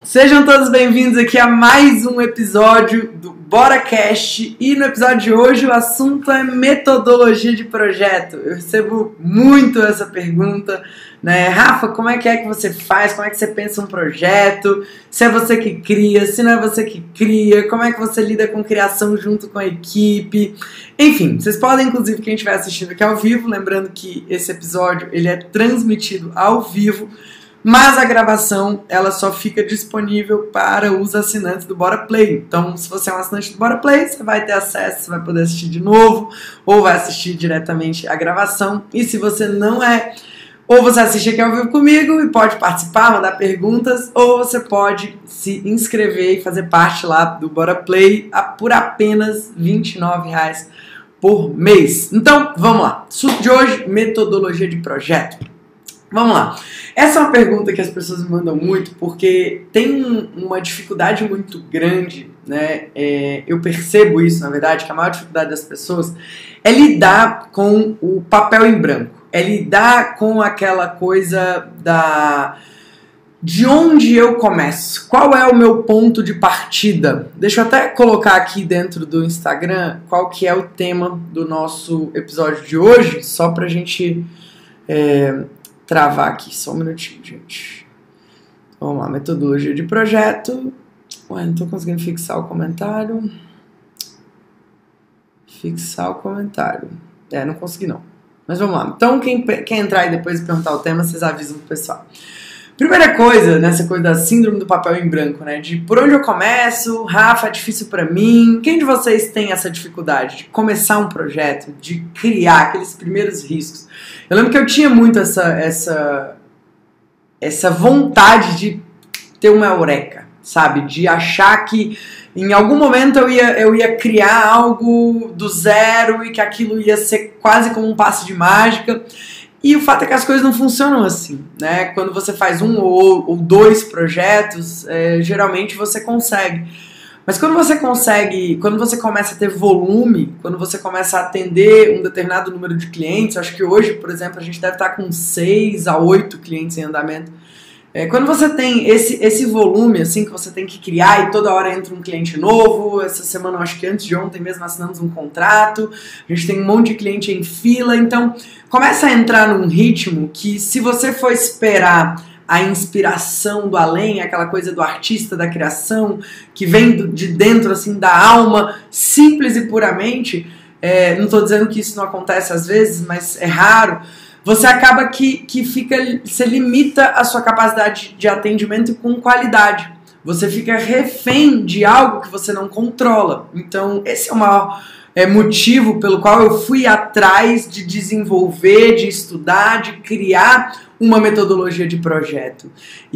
Sejam todos bem-vindos aqui a mais um episódio do BoraCast e no episódio de hoje o assunto é metodologia de projeto. Eu recebo muito essa pergunta, né? Rafa, como é que você faz? Como é que você pensa um projeto? Se é você que cria, se não é você que cria, como é que você lida com criação junto com a equipe? Enfim, vocês podem, inclusive, quem estiver assistindo aqui ao vivo, lembrando que esse episódio ele é transmitido ao vivo, mas a gravação, ela só fica disponível para os assinantes do BoraPlay. Então, se você é um assinante do BoraPlay, você vai ter acesso, você vai poder assistir de novo, ou vai assistir diretamente a gravação. E se você não é, ou você assiste aqui ao vivo comigo e pode participar, mandar perguntas, ou você pode se inscrever e fazer parte lá do BoraPlay por apenas R$29 por mês. Então, vamos lá. Assunto de hoje, metodologia de projeto. Vamos lá. Essa é uma pergunta que as pessoas me mandam muito porque tem uma dificuldade muito grande, né? Eu percebo isso, na verdade, que a maior dificuldade das pessoas é lidar com o papel em branco, é lidar com aquela coisa de onde eu começo, qual é o meu ponto de partida. Deixa eu até colocar aqui dentro do Instagram qual que é o tema do nosso episódio de hoje, só pra gente travar aqui, só um minutinho, gente. Vamos lá, metodologia de projeto. Ué, não tô conseguindo fixar o comentário. Fixar o comentário. Não consegui não. Mas vamos lá. Então, quem entrar e depois perguntar o tema, vocês avisam pro pessoal. Primeira coisa, nessa coisa da síndrome do papel em branco, né? De por onde eu começo, Rafa, é difícil pra mim. Quem de vocês tem essa dificuldade de começar um projeto, de criar aqueles primeiros riscos? Eu lembro que eu tinha muito essa vontade de ter uma eureka, sabe? De achar que em algum momento eu ia criar algo do zero e que aquilo ia ser quase como um passe de mágica. E o fato é que as coisas não funcionam assim, né? Quando você faz um ou dois projetos, geralmente você consegue. Mas quando você começa a ter volume, quando você começa a atender um determinado número de clientes, acho que hoje, por exemplo, a gente deve estar com 6 a 8 clientes em andamento. Quando você tem esse volume, assim, que você tem que criar e toda hora entra um cliente novo, essa semana, eu acho que antes de ontem mesmo assinamos um contrato, a gente tem um monte de cliente em fila, então começa a entrar num ritmo que se você for esperar a inspiração do além, aquela coisa do artista, da criação, que vem de dentro, assim, da alma, simples e puramente, não estou dizendo que isso não acontece às vezes, mas é raro, você acaba que você limita a sua capacidade de atendimento com qualidade. Você fica refém de algo que você não controla. Então, esse é o maior motivo pelo qual eu fui atrás de desenvolver, de estudar, de criar uma metodologia de projeto.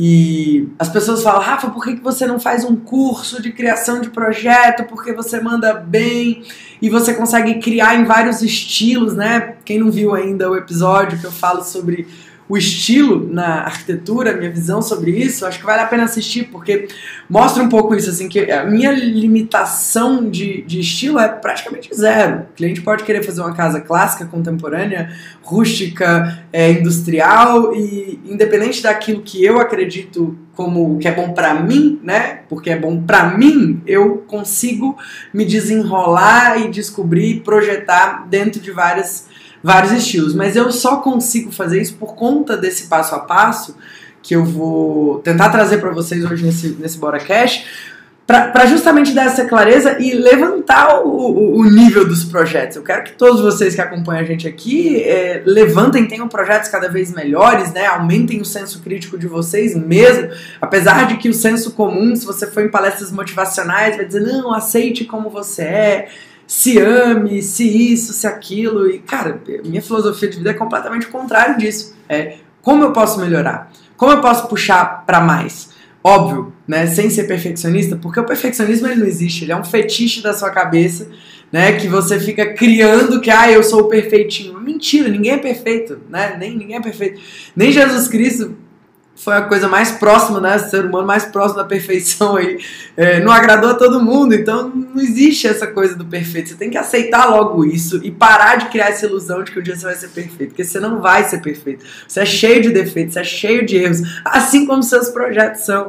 E as pessoas falam, Rafa, por que você não faz um curso de criação de projeto? Porque você manda bem e você consegue criar em vários estilos, né? Quem não viu ainda o episódio que eu falo sobre o estilo na arquitetura, minha visão sobre isso, acho que vale a pena assistir, porque mostra um pouco isso, assim, que a minha limitação de estilo é praticamente zero. O cliente pode querer fazer uma casa clássica, contemporânea, rústica, industrial, e independente daquilo que eu acredito como que é bom pra mim, né, porque é bom pra mim, eu consigo me desenrolar e descobrir, projetar dentro de vários estilos, mas eu só consigo fazer isso por conta desse passo a passo que eu vou tentar trazer para vocês hoje nesse BoraCast, para justamente dar essa clareza e levantar o nível dos projetos. Eu quero que todos vocês que acompanham a gente aqui levantem, tenham projetos cada vez melhores, né? Aumentem o senso crítico de vocês mesmo, apesar de que o senso comum, se você for em palestras motivacionais, vai dizer, não, aceite como você é, se ame, se isso, se aquilo. E, cara, minha filosofia de vida é completamente o contrário disso. Como eu posso melhorar? Como eu posso puxar para mais? Óbvio, né? Sem ser perfeccionista, porque o perfeccionismo ele não existe, ele é um fetiche da sua cabeça, né? Que você fica criando que, eu sou o perfeitinho. Mentira, ninguém é perfeito, né? Ninguém é perfeito. Nem Jesus Cristo foi a coisa mais próxima, né? Ser humano mais próximo da perfeição aí. Não agradou a todo mundo, então não existe essa coisa do perfeito. Você tem que aceitar logo isso e parar de criar essa ilusão de que um dia você vai ser perfeito, porque você não vai ser perfeito. Você é cheio de defeitos, você é cheio de erros, assim como seus projetos são.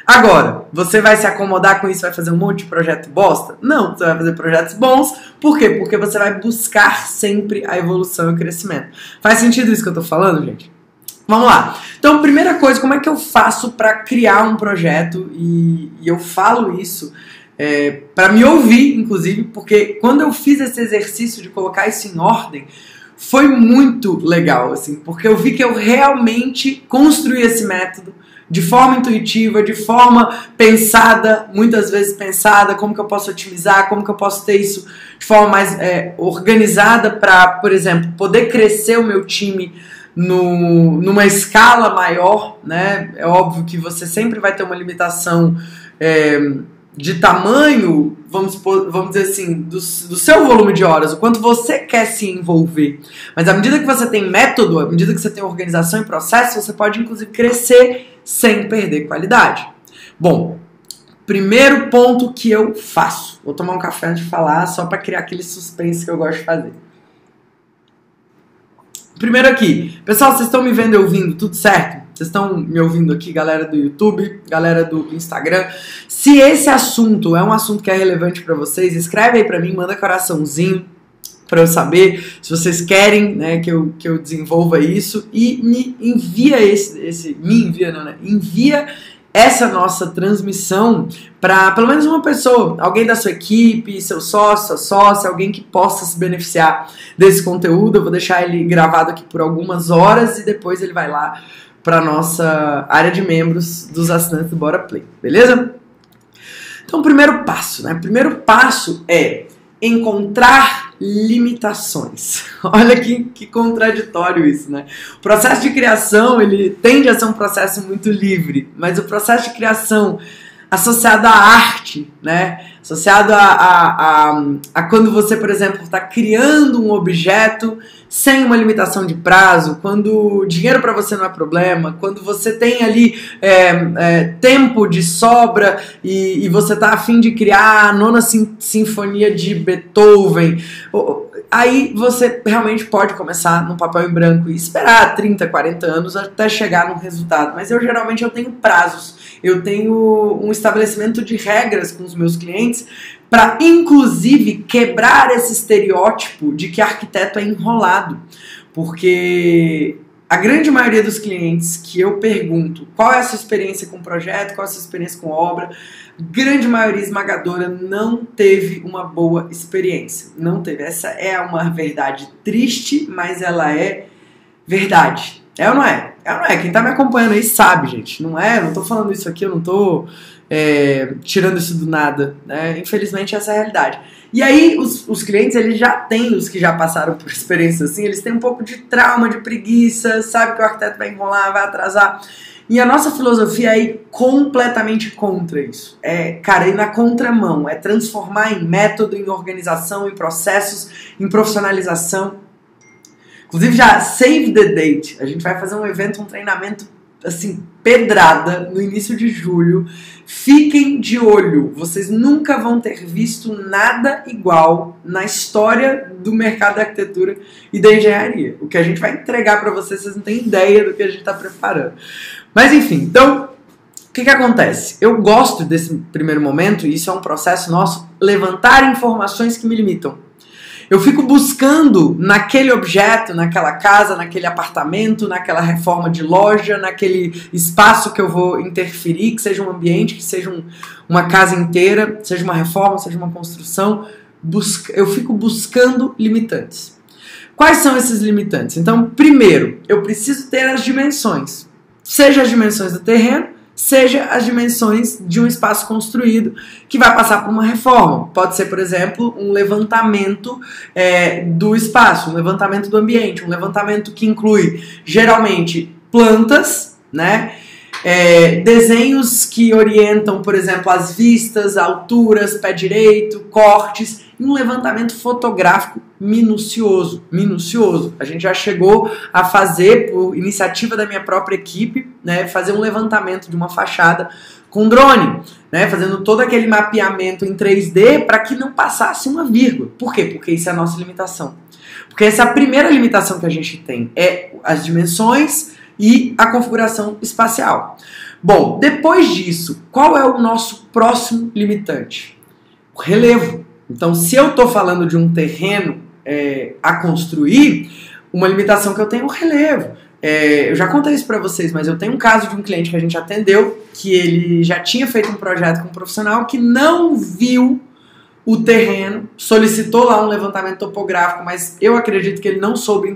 Agora, você vai se acomodar com isso, vai fazer um monte de projeto bosta? Não, você vai fazer projetos bons. Por quê? Porque você vai buscar sempre a evolução e o crescimento. Faz sentido isso que eu tô falando, gente? Vamos lá. Então, primeira coisa, como é que eu faço para criar um projeto? E eu falo isso para me ouvir, inclusive, porque quando eu fiz esse exercício de colocar isso em ordem, foi muito legal, assim, porque eu vi que eu realmente construí esse método de forma intuitiva, de forma pensada, muitas vezes pensada, como que eu posso otimizar, como que eu posso ter isso de forma mais organizada para, por exemplo, poder crescer o meu time numa escala maior, né? É óbvio que você sempre vai ter uma limitação de tamanho, vamos dizer assim, do seu volume de horas, o quanto você quer se envolver. Mas à medida que você tem método, à medida que você tem organização e processo, você pode inclusive crescer sem perder qualidade. Bom, primeiro ponto que eu faço. Vou tomar um café antes de falar, só para criar aquele suspense que eu gosto de fazer. Primeiro aqui, pessoal, vocês estão me vendo e ouvindo, tudo certo? Vocês estão me ouvindo aqui, galera do YouTube, galera do Instagram? Se esse assunto é um assunto que é relevante para vocês, escreve aí para mim, manda coraçãozinho para eu saber se vocês querem, né, que eu desenvolva isso e me envia envia essa nossa transmissão para pelo menos uma pessoa, alguém da sua equipe, seu sócio, sua sócia, alguém que possa se beneficiar desse conteúdo. Eu vou deixar ele gravado aqui por algumas horas e depois ele vai lá para nossa área de membros dos assinantes do Bora Play, beleza? Então, primeiro passo, né? Primeiro passo é encontrar limitações. Olha que contraditório isso, né? O processo de criação, ele tende a ser um processo muito livre, mas o processo de criação associado à arte, né? Associado a quando você, por exemplo, está criando um objeto sem uma limitação de prazo, quando dinheiro para você não é problema, quando você tem ali tempo de sobra e você está a fim de criar a nona sinfonia de Beethoven, aí você realmente pode começar no papel em branco e esperar 30, 40 anos até chegar no resultado. Mas eu geralmente tenho prazos, eu tenho um estabelecimento de regras com os meus clientes para, inclusive, quebrar esse estereótipo de que arquiteto é enrolado. Porque a grande maioria dos clientes que eu pergunto qual é a sua experiência com projeto, qual é a sua experiência com obra, grande maioria esmagadora não teve uma boa experiência. Não teve. Essa é uma verdade triste, mas ela é verdade. É ou não é? É ou não é? Quem tá me acompanhando aí sabe, gente. Não é? Eu não tô falando isso aqui, eu não tô tirando isso do nada, né? Infelizmente essa é a realidade. E aí os clientes, eles já têm, os que já passaram por experiências assim, eles têm um pouco de trauma, de preguiça, sabe que o arquiteto vai enrolar, vai atrasar. E a nossa filosofia é ir completamente contra isso. Cara, ir na contramão, transformar em método, em organização, em processos, em profissionalização. Inclusive já save the date, a gente vai fazer um evento, um treinamento assim, pedrada no início de julho. Fiquem de olho, vocês nunca vão ter visto nada igual na história do mercado da arquitetura e da engenharia. O que a gente vai entregar para vocês não têm ideia do que a gente está preparando. Mas enfim, então, o que acontece? Eu gosto desse primeiro momento, e isso é um processo nosso, levantar informações que me limitam. Eu fico buscando naquele objeto, naquela casa, naquele apartamento, naquela reforma de loja, naquele espaço que eu vou interferir, que seja um ambiente, que seja uma casa inteira, seja uma reforma, seja uma construção. Eu fico buscando limitantes. Quais são esses limitantes? Então, primeiro, eu preciso ter as dimensões. Seja as dimensões do terreno, seja as dimensões de um espaço construído que vai passar por uma reforma. Pode ser, por exemplo, um levantamento do espaço, um levantamento do ambiente, um levantamento que inclui, geralmente, plantas, né? Desenhos que orientam, por exemplo, as vistas, alturas, pé direito, cortes, e um levantamento fotográfico minucioso. A gente já chegou a fazer, por iniciativa da minha própria equipe, né, fazer um levantamento de uma fachada com drone, né, fazendo todo aquele mapeamento em 3D para que não passasse uma vírgula. Por quê? Porque isso é a nossa limitação. Porque essa é a primeira limitação que a gente tem, as dimensões e a configuração espacial. Bom, depois disso, qual é o nosso próximo limitante? O relevo. Então, se eu estou falando de um terreno a construir, uma limitação que eu tenho é o relevo. Eu já contei isso para vocês, mas eu tenho um caso de um cliente que a gente atendeu, que ele já tinha feito um projeto com um profissional que não viu o terreno, solicitou lá um levantamento topográfico, mas eu acredito que ele não soube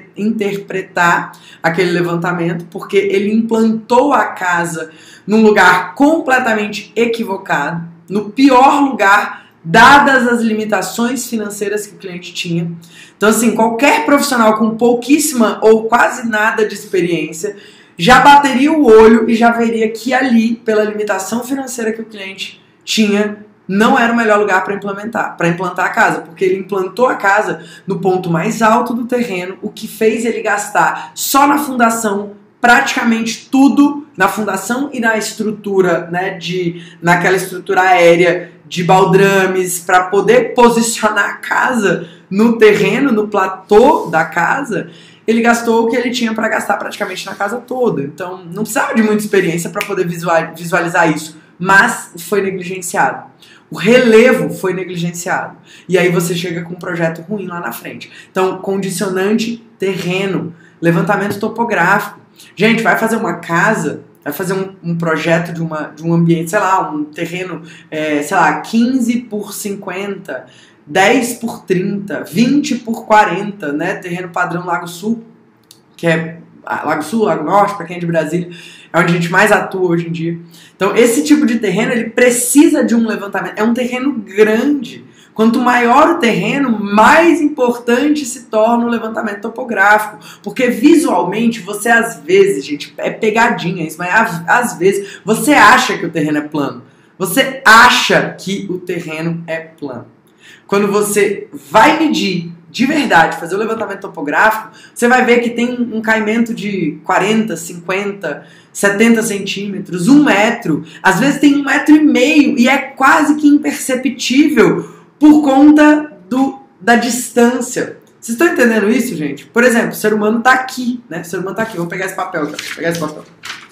interpretar aquele levantamento, porque ele implantou a casa num lugar completamente equivocado, no pior lugar, dadas as limitações financeiras que o cliente tinha. Então, assim, qualquer profissional com pouquíssima ou quase nada de experiência já bateria o olho e já veria que ali, pela limitação financeira que o cliente tinha, não era o melhor lugar para implantar a casa, porque ele implantou a casa no ponto mais alto do terreno, o que fez ele gastar só na fundação praticamente tudo, na fundação e na estrutura, né, naquela estrutura aérea de baldrames, para poder posicionar a casa no terreno, no platô da casa. Ele gastou o que ele tinha para gastar praticamente na casa toda. Então não precisava de muita experiência para poder visualizar isso, mas foi negligenciado. O relevo foi negligenciado. E aí você chega com um projeto ruim lá na frente. Então, condicionante terreno, levantamento topográfico. Gente, vai fazer uma casa, vai fazer um projeto de um ambiente, sei lá, um terreno, sei lá, 15 por 50, 10 por 30, 20 por 40, né? Terreno padrão Lago Sul, que é Lago Sul, Lago Norte, para quem é de Brasília, é onde a gente mais atua hoje em dia. Então, esse tipo de terreno, ele precisa de um levantamento. É um terreno grande. Quanto maior o terreno, mais importante se torna o levantamento topográfico. Porque visualmente, você às vezes, gente, é pegadinha isso, mas às vezes você acha que o terreno é plano. Você acha que o terreno é plano. Quando você vai medir de verdade, fazer o levantamento topográfico, você vai ver que tem um caimento de 40, 50, 70 centímetros, 1 metro, às vezes tem 1,5 metro e é quase que imperceptível por conta da distância. Vocês estão entendendo isso, gente? Por exemplo, o ser humano está aqui, né? O ser humano está aqui. Vamos pegar esse papel, cara. Vou pegar esse papel.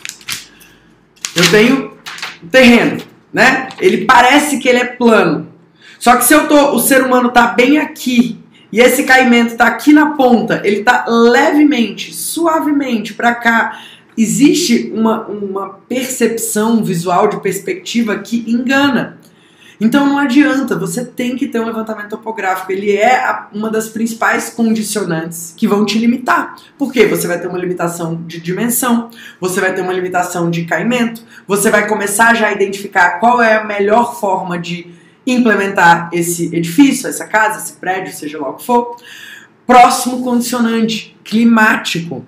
Eu tenho um terreno, né? Ele parece que ele é plano. Só que se o ser humano está bem aqui, e esse caimento está aqui na ponta, ele está levemente, suavemente para cá, existe uma percepção visual de perspectiva que engana. Então não adianta, você tem que ter um levantamento topográfico. Ele é uma das principais condicionantes que vão te limitar. Por quê? Você vai ter uma limitação de dimensão, você vai ter uma limitação de caimento, você vai começar já a identificar qual é a melhor forma de implementar esse edifício, essa casa, esse prédio, seja lá o que for. Próximo condicionante, climático.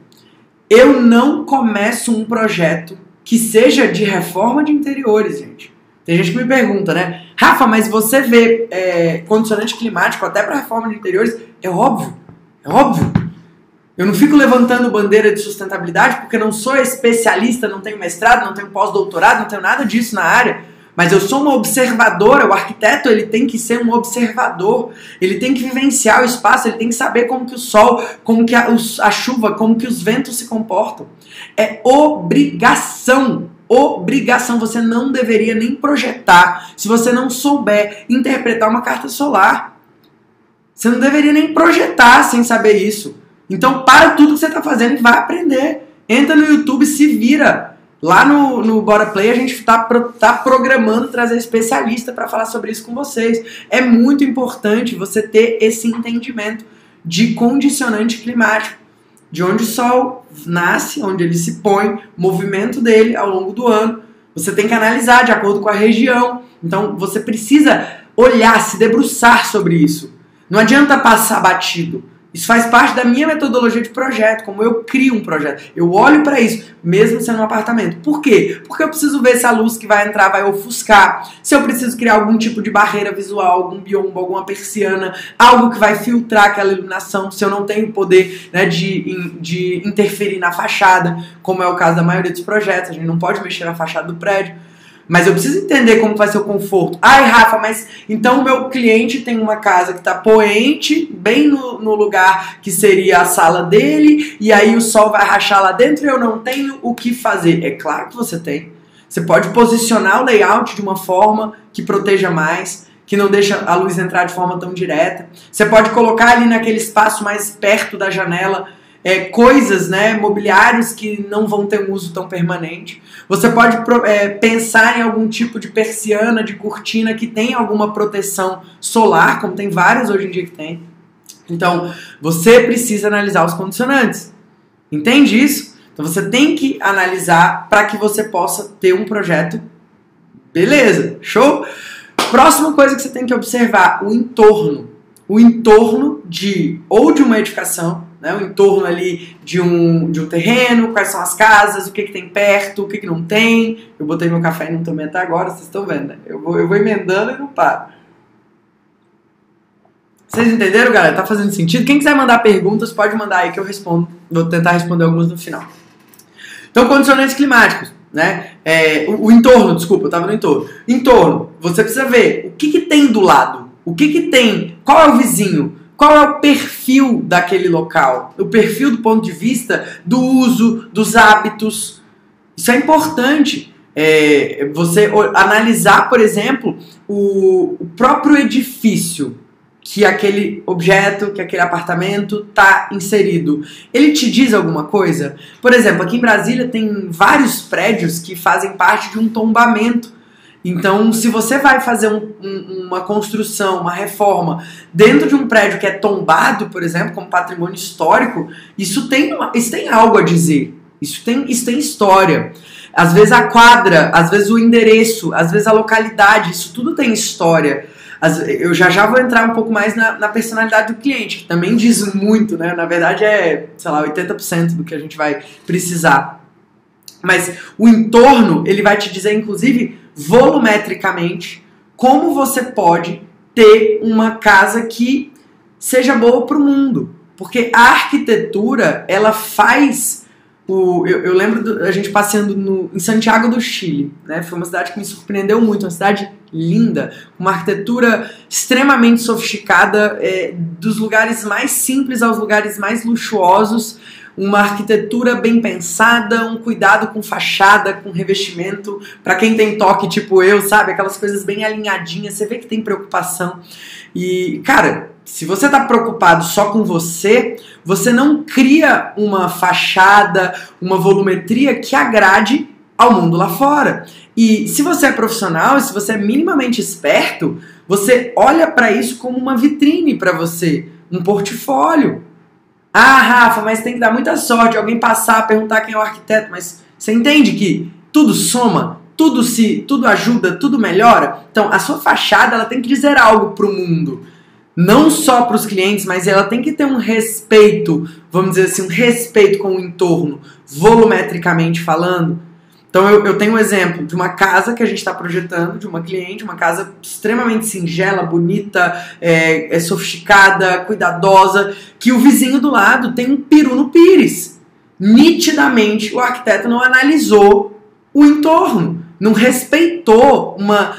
Eu não começo um projeto que seja de reforma de interiores, gente. Tem gente que me pergunta, né? Rafa, mas você vê condicionante climático até para reforma de interiores? É óbvio, é óbvio. Eu não fico levantando bandeira de sustentabilidade porque não sou especialista, não tenho mestrado, não tenho pós-doutorado, não tenho nada disso na área. Mas eu sou uma observadora. O arquiteto, ele tem que ser um observador, ele tem que vivenciar o espaço, ele tem que saber como que o sol, como que a chuva, como que os ventos se comportam. É obrigação, você não deveria nem projetar se você não souber interpretar uma carta solar. Você não deveria nem projetar sem saber isso. Então para tudo que você está fazendo e vai aprender. Entra no YouTube e se vira. Lá no Bora Play a gente tá programando trazer especialista para falar sobre isso com vocês. É muito importante você ter esse entendimento de condicionante climático, de onde o sol nasce, onde ele se põe, o movimento dele ao longo do ano. Você tem que analisar de acordo com a região. Então você precisa olhar, se debruçar sobre isso. Não adianta passar batido. Isso faz parte da minha metodologia de projeto, como eu crio um projeto. Eu olho para isso, mesmo sendo um apartamento. Por quê? Porque eu preciso ver se a luz que vai entrar vai ofuscar, se eu preciso criar algum tipo de barreira visual, algum biombo, alguma persiana, algo que vai filtrar aquela iluminação, se eu não tenho poder, né, de interferir na fachada, como é o caso da maioria dos projetos. A gente não pode mexer na fachada do prédio. Mas eu preciso entender como vai ser o conforto. Ai, Rafa, mas então o meu cliente tem uma casa que está poente, bem no lugar que seria a sala dele, e aí o sol vai rachar lá dentro e eu não tenho o que fazer. É claro que você tem. Você pode posicionar o layout de uma forma que proteja mais, que não deixa a luz entrar de forma tão direta. Você pode colocar ali naquele espaço mais perto da janela coisas, né, mobiliários que não vão ter um uso tão permanente. Você pode pensar em algum tipo de persiana, de cortina que tem alguma proteção solar, como tem várias hoje em dia que tem. Então, você precisa analisar os condicionantes. Entende isso? Então, você tem que analisar para que você possa ter um projeto. Beleza, show? Próxima coisa que você tem que observar, o entorno. O entorno de uma edificação, né, o entorno ali de um terreno, quais são as casas, o que tem perto, o que não tem. Eu botei meu café e não tomei até agora, vocês estão vendo, né? Eu vou emendando e não paro. Vocês entenderam, galera? Tá fazendo sentido? Quem quiser mandar perguntas, pode mandar aí que eu respondo. Vou tentar responder algumas no final. Então, condicionantes climáticos, né? O entorno, desculpa, eu tava no entorno. Entorno, você precisa ver o que tem do lado. O que tem? Qual é o vizinho? Qual é o perfil daquele local? O perfil do ponto de vista do uso, dos hábitos. Isso é importante. Você analisar, por exemplo, o próprio edifício que aquele objeto, que aquele apartamento está inserido. Ele te diz alguma coisa? Por exemplo, aqui em Brasília tem vários prédios que fazem parte de um tombamento. Então, se você vai fazer uma construção, uma reforma dentro de um prédio que é tombado, por exemplo, como patrimônio histórico, isso tem algo a dizer. Isso tem história. Às vezes a quadra, às vezes o endereço, às vezes a localidade, isso tudo tem história. Eu já vou entrar um pouco mais na personalidade do cliente, que também diz muito, né? Na verdade sei lá, 80% do que a gente vai precisar. Mas o entorno, ele vai te dizer, inclusive, volumetricamente, como você pode ter uma casa que seja boa para o mundo. Porque a arquitetura, ela faz... Eu lembro a gente passeando em Santiago do Chile, né? Foi uma cidade que me surpreendeu muito, uma cidade linda, uma arquitetura extremamente sofisticada, dos lugares mais simples aos lugares mais luxuosos, uma arquitetura bem pensada, um cuidado com fachada, com revestimento, para quem tem toque tipo eu, sabe? Aquelas coisas bem alinhadinhas, você vê que tem preocupação. E, cara, se você tá preocupado só com você não cria uma fachada, uma volumetria que agrade ao mundo lá fora. E se você é profissional, se você é minimamente esperto, você olha para isso como uma vitrine para você, um portfólio. Ah, Rafa, mas tem que dar muita sorte, alguém passar, perguntar quem é o arquiteto, mas você entende que tudo soma, tudo ajuda, tudo melhora? Então, a sua fachada, ela tem que dizer algo para o mundo. Não só para os clientes, mas ela tem que ter um respeito, vamos dizer assim, um respeito com o entorno, volumetricamente falando. Então eu tenho um exemplo de uma casa que a gente está projetando, de uma cliente, uma casa extremamente singela, bonita, sofisticada, cuidadosa, que o vizinho do lado tem um peru no pires. Nitidamente o arquiteto não analisou o entorno, não respeitou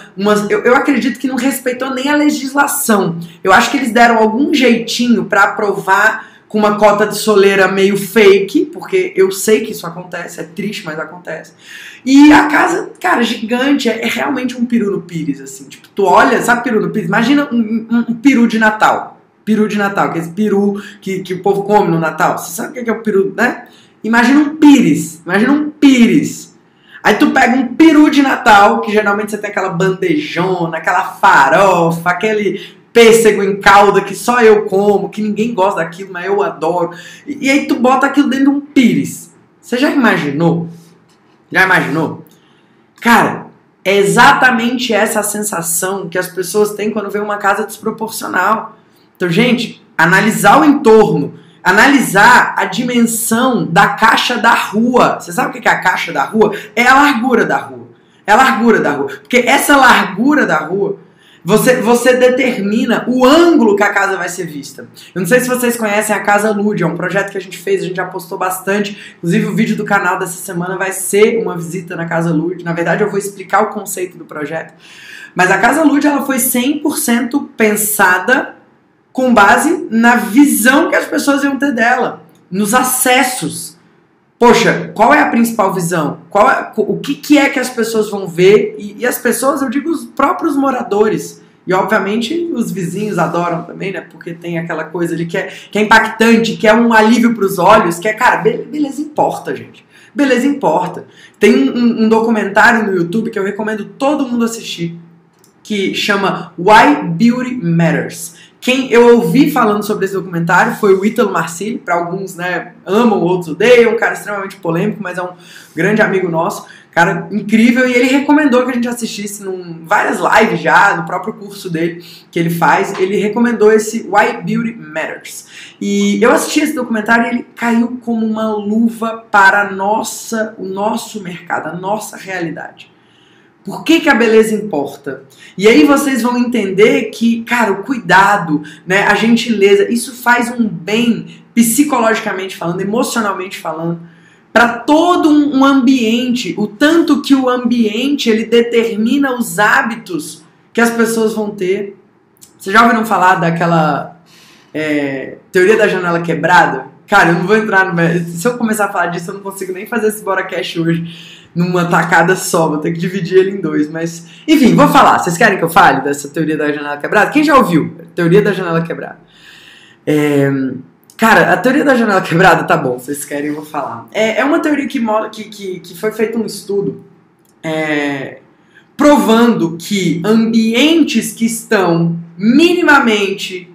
eu acredito que não respeitou nem a legislação. Eu acho que eles deram algum jeitinho para aprovar com uma cota de soleira meio fake, porque eu sei que isso acontece, é triste, mas acontece. E a casa, cara, gigante, é realmente um peru no pires, assim. Tipo, tu olha, sabe peru no pires? Imagina um peru de Natal. Peru de Natal, aquele peru que o povo come no Natal. Você sabe o que é o peru, né? Imagina um pires. Aí tu pega um peru de Natal, que geralmente você tem aquela bandejona, aquela farofa, aquele pêssego em calda que só eu como, que ninguém gosta daquilo, mas eu adoro. E aí tu bota aquilo dentro de um pires. Você já imaginou? Cara, é exatamente essa a sensação que as pessoas têm quando vê uma casa desproporcional. Então, gente, analisar o entorno, analisar a dimensão da caixa da rua. Você sabe o que é a caixa da rua? É a largura da rua. Porque essa largura da rua, Você determina o ângulo que a casa vai ser vista. Eu não sei se vocês conhecem a Casa Lud, é um projeto que a gente fez, a gente já postou bastante. Inclusive o vídeo do canal dessa semana vai ser uma visita na Casa Lud. Na verdade eu vou explicar o conceito do projeto. Mas a Casa Lud, ela foi 100% pensada com base na visão que as pessoas iam ter dela, nos acessos. Poxa, qual é a principal visão? O que é que as pessoas vão ver? E as pessoas, eu digo os próprios moradores. E obviamente os vizinhos adoram também, né? Porque tem aquela coisa de que é impactante, que é um alívio para os olhos, que é, cara, beleza importa, gente. Beleza importa. Tem um documentário no YouTube que eu recomendo todo mundo assistir, que chama Why Beauty Matters. Quem eu ouvi falando sobre esse documentário foi o Ítalo Marcilli, para alguns, né, amam, outros odeiam, um cara extremamente polêmico, mas é um grande amigo nosso, cara incrível, e ele recomendou que a gente assistisse várias lives já, no próprio curso dele, que ele faz, ele recomendou esse Why Beauty Matters. E eu assisti esse documentário e ele caiu como uma luva para o nosso mercado, a nossa realidade. Por que a beleza importa? E aí vocês vão entender que, cara, o cuidado, né, a gentileza, isso faz um bem psicologicamente falando, emocionalmente falando, para todo um ambiente, o tanto que o ambiente ele determina os hábitos que as pessoas vão ter. Vocês já ouviram falar daquela teoria da janela quebrada? Cara, eu não vou entrar se eu começar a falar disso, eu não consigo nem fazer esse BoraCast hoje numa tacada só, vou ter que dividir ele em dois, mas... Enfim, vou falar. Vocês querem que eu fale dessa teoria da janela quebrada? Quem já ouviu? Teoria da janela quebrada. Cara, a teoria da janela quebrada, tá bom, vocês querem, eu vou falar. É uma teoria que foi feito um estudo provando que ambientes que estão minimamente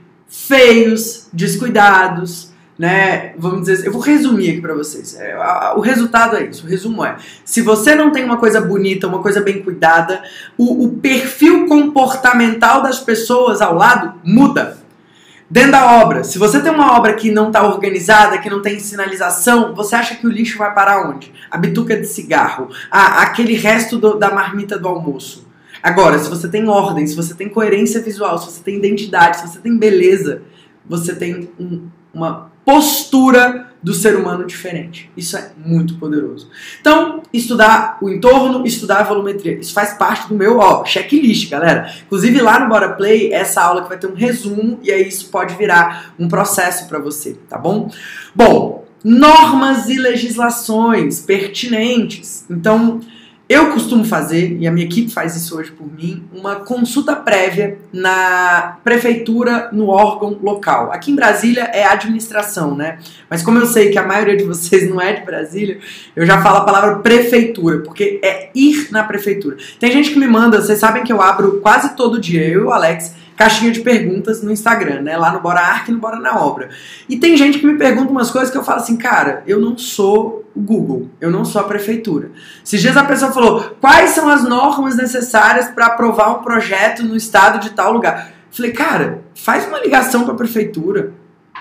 feios, descuidados, né, vamos dizer, eu vou resumir aqui pra vocês. O resultado é isso, o resumo é: se você não tem uma coisa bonita, uma coisa bem cuidada, o perfil comportamental das pessoas ao lado muda. Dentro da obra, se você tem uma obra que não está organizada, que não tem sinalização, você acha que o lixo vai parar onde? A bituca de cigarro, aquele resto da marmita do almoço. Agora, se você tem ordem, se você tem coerência visual, se você tem identidade, se você tem beleza, você tem uma postura do ser humano diferente. Isso é muito poderoso. Então, estudar o entorno, estudar a volumetria. Isso faz parte do meu checklist, galera. Inclusive lá no Bora Play, essa aula que vai ter um resumo, e aí isso pode virar um processo para você, tá bom? Bom, normas e legislações pertinentes. Então, eu costumo fazer, e a minha equipe faz isso hoje por mim, uma consulta prévia na prefeitura, no órgão local. Aqui em Brasília é administração, né? Mas como eu sei que a maioria de vocês não é de Brasília, eu já falo a palavra prefeitura, porque é ir na prefeitura. Tem gente que me manda, vocês sabem que eu abro quase todo dia, eu e o Alex, caixinha de perguntas no Instagram, né? Lá no Bora Arc e no Bora na Obra. E tem gente que me pergunta umas coisas que eu falo assim, cara, eu não sou o Google, eu não sou a prefeitura. Esses dias a pessoa falou, quais são as normas necessárias para aprovar um projeto no estado de tal lugar? Falei, cara, faz uma ligação para a prefeitura.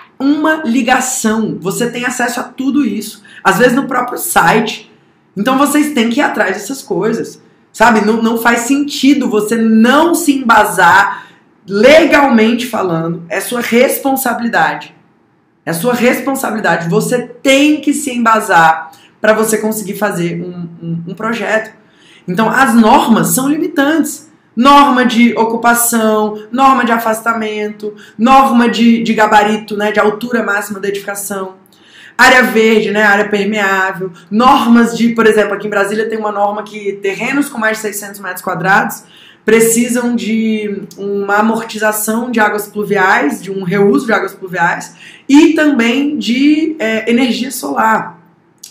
Uma ligação. Você tem acesso a tudo isso. Às vezes no próprio site. Então vocês têm que ir atrás dessas coisas. Sabe? Não faz sentido você não se embasar legalmente falando. É sua responsabilidade. É sua responsabilidade. Você tem que se embasar para você conseguir fazer um projeto. Então as normas são limitantes. Norma de ocupação, norma de afastamento, norma de gabarito, né, de altura máxima da edificação, área verde, né, área permeável, normas de, por exemplo, aqui em Brasília tem uma norma que terrenos com mais de 600 metros quadrados precisam de uma amortização de águas pluviais, de um reuso de águas pluviais e também de energia solar.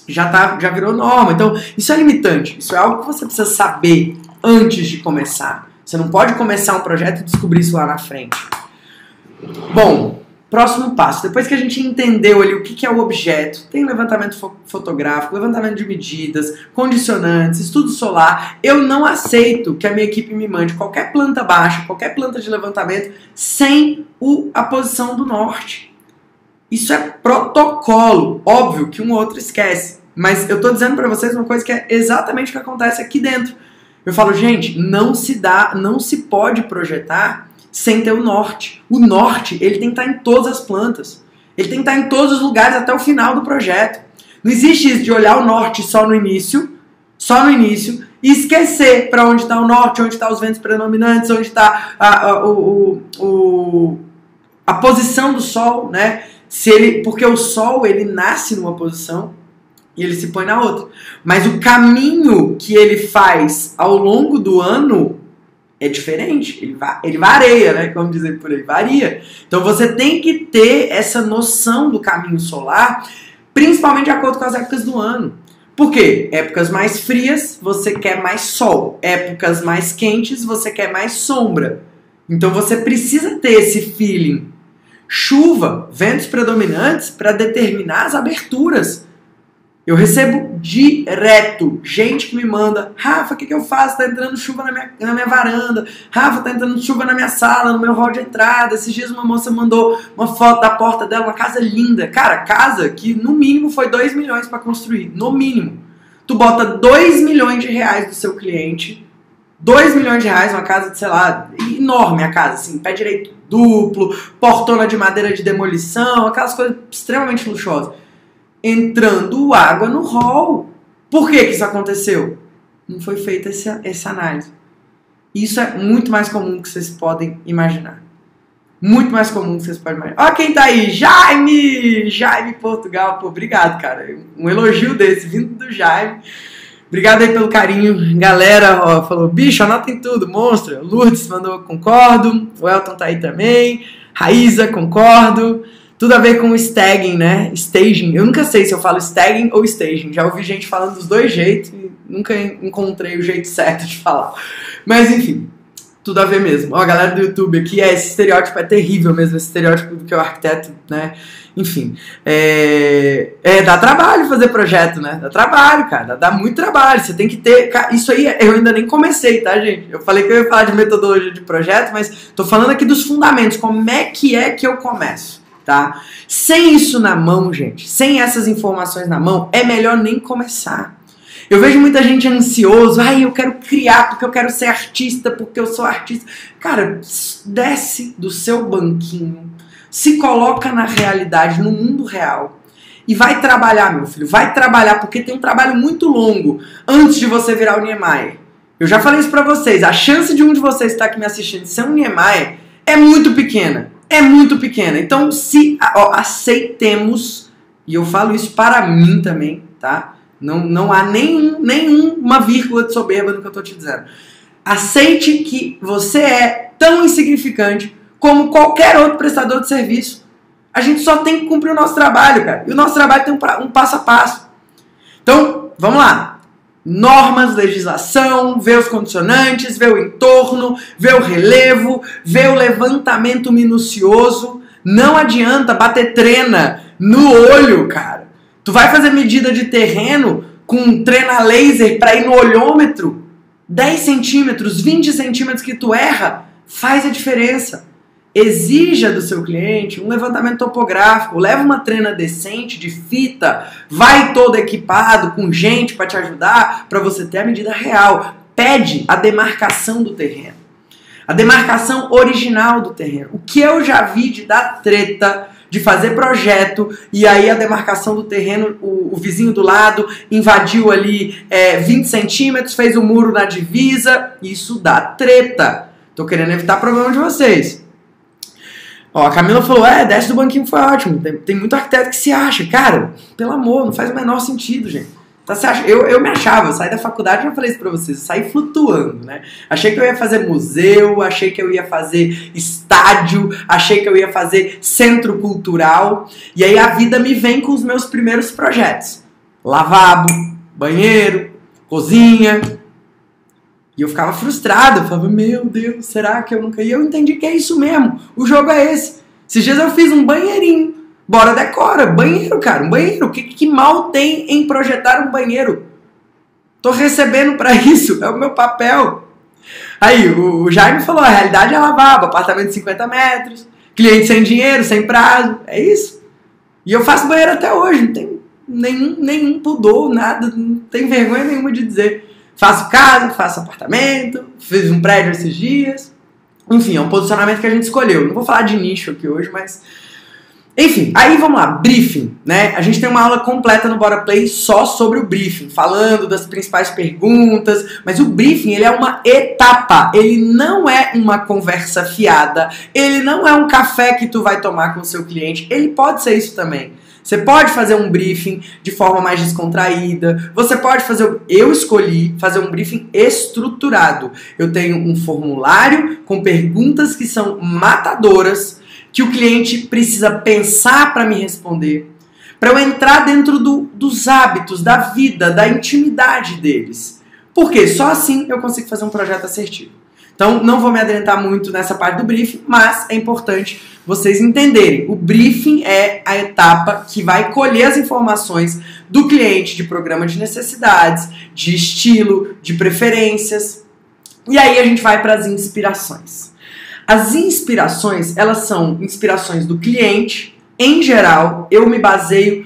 Já virou norma. Então, isso é limitante. Isso é algo que você precisa saber antes de começar. Você não pode começar um projeto e descobrir isso lá na frente. Bom, próximo passo. Depois que a gente entendeu ali o que é o objeto, tem levantamento fotográfico, levantamento de medidas, condicionantes, estudo solar. Eu não aceito que a minha equipe me mande qualquer planta baixa, qualquer planta de levantamento, sem a posição do norte. Isso é protocolo. Óbvio que um ou outro esquece. Mas eu estou dizendo para vocês uma coisa que é exatamente o que acontece aqui dentro. Eu falo, gente, não se pode projetar sem ter o norte. O norte, ele tem que estar em todas as plantas. Ele tem que estar em todos os lugares até o final do projeto. Não existe isso de olhar o norte só no início, e esquecer para onde está o norte, onde estão os ventos predominantes, onde está a posição do Sol, né? Porque o Sol, ele nasce numa posição e ele se põe na outra. Mas o caminho que ele faz ao longo do ano é diferente. Ele varia, né? Como dizer por aí, varia. Então você tem que ter essa noção do caminho solar, principalmente de acordo com as épocas do ano. Por quê? Épocas mais frias, você quer mais sol. Épocas mais quentes, você quer mais sombra. Então você precisa ter esse feeling. Chuva, ventos predominantes para determinar as aberturas. Eu recebo direto gente que me manda: Rafa, o que eu faço? Tá entrando chuva na minha varanda. Rafa, tá entrando chuva na minha sala, no meu hall de entrada. Esses dias uma moça mandou uma foto da porta dela, uma casa linda. Cara, casa que no mínimo foi 2 milhões para construir. No mínimo. Tu bota 2 milhões de reais do seu cliente. 2 milhões de reais, uma casa de, sei lá, enorme a casa, assim, pé direito duplo, portona de madeira de demolição, aquelas coisas extremamente luxuosas. Entrando água no hall. Por que isso aconteceu? Não foi feita essa análise. Isso é muito mais comum do que vocês podem imaginar. Muito mais comum do que vocês podem imaginar. Ó quem tá aí, Jaime! Jaime Portugal, pô, obrigado, cara. Um elogio desse, vindo do Jaime. Obrigado aí pelo carinho. Galera, ó, falou, bicho, anotem tudo, monstro. Lourdes mandou, concordo. O Elton tá aí também. Raíza, concordo. Tudo a ver com o staging, né? Staging. Eu nunca sei se eu falo staging ou staging. Já ouvi gente falando dos dois jeitos e nunca encontrei o jeito certo de falar. Mas, enfim, tudo a ver mesmo. Ó, a galera do YouTube aqui, esse estereótipo é terrível mesmo, esse estereótipo do que o arquiteto, né? Enfim, dá trabalho fazer projeto, né? Dá trabalho, cara. Dá muito trabalho. Você tem que ter... Isso aí eu ainda nem comecei, tá, gente? Eu falei que eu ia falar de metodologia de projeto, mas tô falando aqui dos fundamentos. Como é que eu começo? Tá? Sem isso na mão, gente, sem essas informações na mão, é melhor nem começar. Eu vejo muita gente ansioso, eu quero criar porque eu quero ser artista, porque eu sou artista. Cara, desce do seu banquinho, se coloca na realidade, no mundo real e vai trabalhar, meu filho, vai trabalhar, porque tem um trabalho muito longo antes de você virar o Niemeyer. Eu já falei isso pra vocês, a chance de um de vocês estar aqui me assistindo ser um Niemeyer é muito pequena. É muito pequena. Então, aceitemos, e eu falo isso para mim também, tá? Não há nenhuma vírgula de soberba no que eu tô te dizendo. Aceite que você é tão insignificante como qualquer outro prestador de serviço. A gente só tem que cumprir o nosso trabalho, cara. E o nosso trabalho tem um passo a passo. Então, vamos lá. Normas, legislação, ver os condicionantes, ver o entorno, ver o relevo, ver o levantamento minucioso. Não adianta bater trena no olho, cara. Tu vai fazer medida de terreno com trena laser para ir no olhômetro, 10 centímetros, 20 centímetros que tu erra, faz a diferença. Exija do seu cliente um levantamento topográfico, leva uma trena decente de fita, vai todo equipado, com gente para te ajudar, para você ter a medida real. Pede a demarcação do terreno, a demarcação original do terreno. O que eu já vi de dar treta, de fazer projeto, e aí a demarcação do terreno, o vizinho do lado invadiu ali 20 centímetros, fez um muro na divisa, isso dá treta. Tô querendo evitar problema de vocês. Ó, a Camila falou, desce do banquinho foi ótimo. Tem muito arquiteto que se acha. Cara, pelo amor, não faz o menor sentido, gente. Tá, você acha? Eu me achava, eu saí da faculdade, já falei isso pra vocês, eu saí flutuando, né? Achei que eu ia fazer museu, achei que eu ia fazer estádio, achei que eu ia fazer centro cultural. E aí a vida me vem com os meus primeiros projetos. Lavabo, banheiro, cozinha. E eu ficava frustrado, eu falava, meu Deus, será que eu nunca... E eu entendi que é isso mesmo, o jogo é esse. Esses dias eu fiz um banheirinho, bora decora, banheiro, cara, um banheiro. O que mal tem em projetar um banheiro? Tô recebendo pra isso, é o meu papel. Aí, o Jaime falou, a realidade é lavabo, apartamento de 50 metros, cliente sem dinheiro, sem prazo, é isso. E eu faço banheiro até hoje, não tem nenhum pudor, nada, não tem vergonha nenhuma de dizer. Faço casa, faço apartamento, fiz um prédio esses dias. Enfim, é um posicionamento que a gente escolheu. Não vou falar de nicho aqui hoje, mas... Enfim, aí vamos lá, briefing, né? A gente tem uma aula completa no Bora Play só sobre o briefing, falando das principais perguntas, mas o briefing, ele é uma etapa, ele não é uma conversa fiada, ele não é um café que tu vai tomar com o seu cliente, ele pode ser isso também. Você pode fazer um briefing de forma mais descontraída, você pode fazer... Eu escolhi fazer um briefing estruturado. Eu tenho um formulário com perguntas que são matadoras, que o cliente precisa pensar para me responder, para eu entrar dentro dos hábitos, da vida, da intimidade deles. Por quê? Só assim eu consigo fazer um projeto assertivo. Então, não vou me adentrar muito nessa parte do briefing, mas é importante vocês entenderem. O briefing é a etapa que vai colher as informações do cliente de programa de necessidades, de estilo, de preferências. E aí a gente vai para as inspirações. As inspirações, elas são inspirações do cliente. Em geral, eu me baseio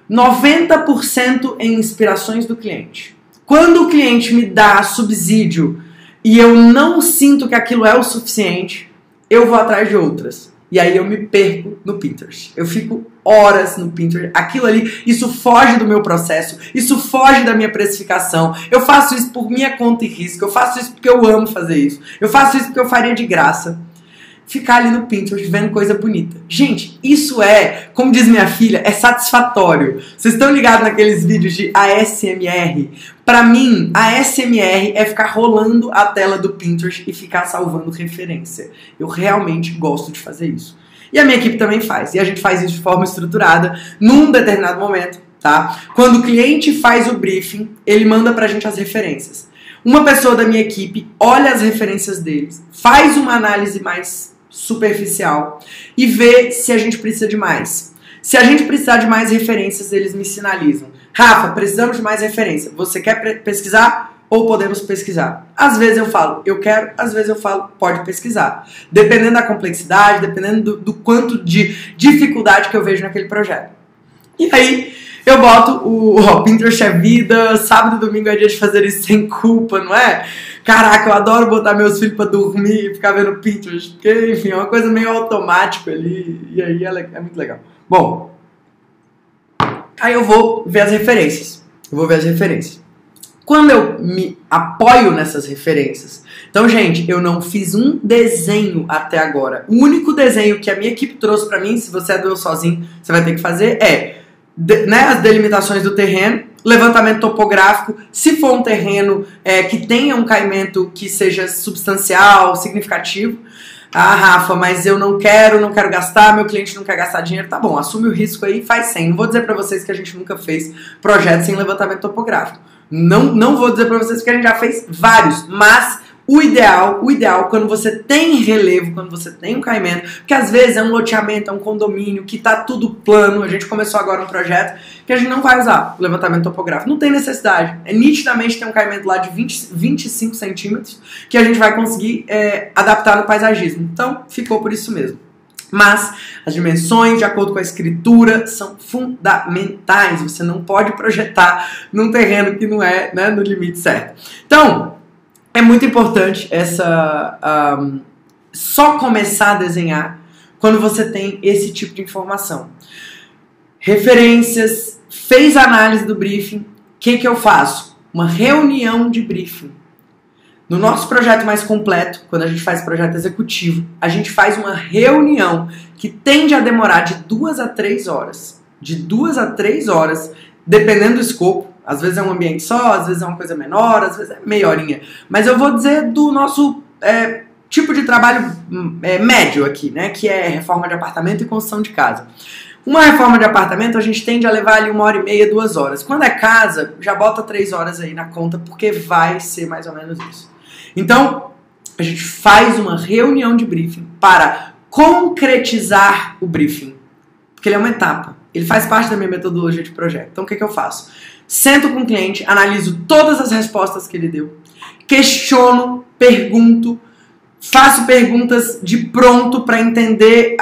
90% em inspirações do cliente. Quando o cliente me dá subsídio e eu não sinto que aquilo é o suficiente, eu vou atrás de outras. E aí eu me perco no Pinterest. Eu fico horas no Pinterest. Aquilo ali, isso foge do meu processo, isso foge da minha precificação. Eu faço isso por minha conta e risco, eu faço isso porque eu amo fazer isso. Eu faço isso porque eu faria de graça. Ficar ali no Pinterest vendo coisa bonita. Gente, isso é, como diz minha filha, é satisfatório. Vocês estão ligados naqueles vídeos de ASMR? Pra mim, ASMR é ficar rolando a tela do Pinterest e ficar salvando referência. Eu realmente gosto de fazer isso. E a minha equipe também faz. E a gente faz isso de forma estruturada, num determinado momento, tá? Quando o cliente faz o briefing, ele manda pra gente as referências. Uma pessoa da minha equipe olha as referências deles, faz uma análise mais superficial e vê se a gente precisa de mais. Se a gente precisar de mais referências, eles me sinalizam. Rafa, precisamos de mais referência. Você quer pesquisar ou podemos pesquisar? Às vezes eu falo, eu quero, às vezes eu falo, pode pesquisar. Dependendo da complexidade, dependendo do quanto de dificuldade que eu vejo naquele projeto. E aí, eu boto o Pinterest é vida, sábado e domingo é dia de fazer isso sem culpa, não é? Caraca, eu adoro botar meus filhos pra dormir e ficar vendo Pinterest, porque, enfim, é uma coisa meio automática ali, e aí é muito legal. Bom, aí eu vou ver as referências. Quando eu me apoio nessas referências... Então, gente, eu não fiz um desenho até agora. O único desenho que a minha equipe trouxe pra mim, se você é do eu sozinho, você vai ter que fazer, as delimitações do terreno, levantamento topográfico, se for um terreno que tenha um caimento que seja substancial, significativo. Ah, Rafa, mas eu não quero gastar, meu cliente não quer gastar dinheiro. Tá bom, assume o risco aí e faz sem. Não vou dizer pra vocês que a gente nunca fez projeto sem levantamento topográfico. Não vou dizer pra vocês que a gente já fez vários, mas o ideal, quando você tem relevo, quando você tem um caimento, porque às vezes é um loteamento, é um condomínio, que tá tudo plano, a gente começou agora um projeto que a gente não vai usar o levantamento topográfico, não tem necessidade, nitidamente tem um caimento lá de 25 centímetros que a gente vai conseguir adaptar no paisagismo, então ficou por isso mesmo. Mas as dimensões, de acordo com a escritura, são fundamentais, você não pode projetar num terreno que não é, né, no limite certo. Então, é muito importante só começar a desenhar quando você tem esse tipo de informação. Referências, fez a análise do briefing, o que eu faço? Uma reunião de briefing. No nosso projeto mais completo, quando a gente faz projeto executivo, a gente faz uma reunião que tende a demorar de 2 a 3 horas. De 2 a 3 horas, dependendo do escopo. Às vezes é um ambiente só, às vezes é uma coisa menor, às vezes é meia horinha. Mas eu vou dizer do nosso tipo de trabalho médio aqui, né? Que é reforma de apartamento e construção de casa. Uma reforma de apartamento a gente tende a levar ali 1h30, 2 horas. Quando é casa, já bota 3 horas aí na conta, porque vai ser mais ou menos isso. Então, a gente faz uma reunião de briefing para concretizar o briefing. Porque ele é uma etapa. Ele faz parte da minha metodologia de projeto. Então, o que eu faço? Sento com o cliente, analiso todas as respostas que ele deu, questiono, pergunto, faço perguntas de pronto para entender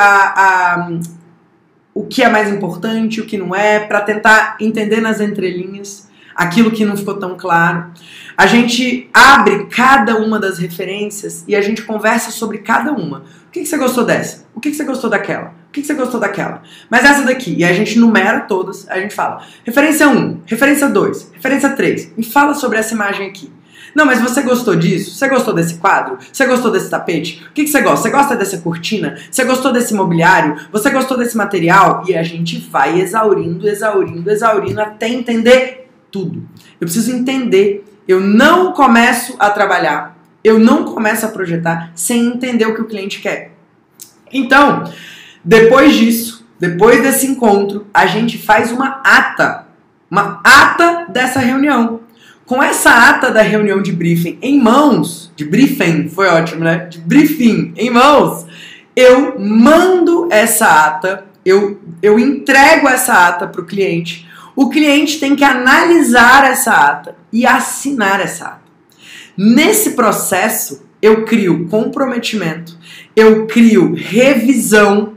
o que é mais importante, o que não é, para tentar entender nas entrelinhas. aquilo que não ficou tão claro. A gente abre cada uma das referências e a gente conversa sobre cada uma. O que você gostou dessa? O que você gostou daquela? O que você gostou daquela? Mas essa daqui, e a gente numera todas, a gente fala referência 1, referência 2, referência 3, e fala sobre essa imagem aqui. Não, mas você gostou disso? Você gostou desse quadro? Você gostou desse tapete? O que você gosta? Você gosta dessa cortina? Você gostou desse mobiliário? Você gostou desse material? E a gente vai exaurindo, exaurindo, exaurindo até entender tudo. Eu preciso entender. Eu não começo a trabalhar, eu não começo a projetar sem entender o que o cliente quer. Então, depois disso, depois desse encontro, a gente faz uma ata dessa reunião. Com essa ata da reunião de briefing em mãos, de briefing, foi ótimo, né? De briefing em mãos, eu mando essa ata, eu entrego essa ata para o cliente. O cliente tem que analisar essa ata e assinar essa ata. Nesse processo, eu crio comprometimento, eu crio revisão,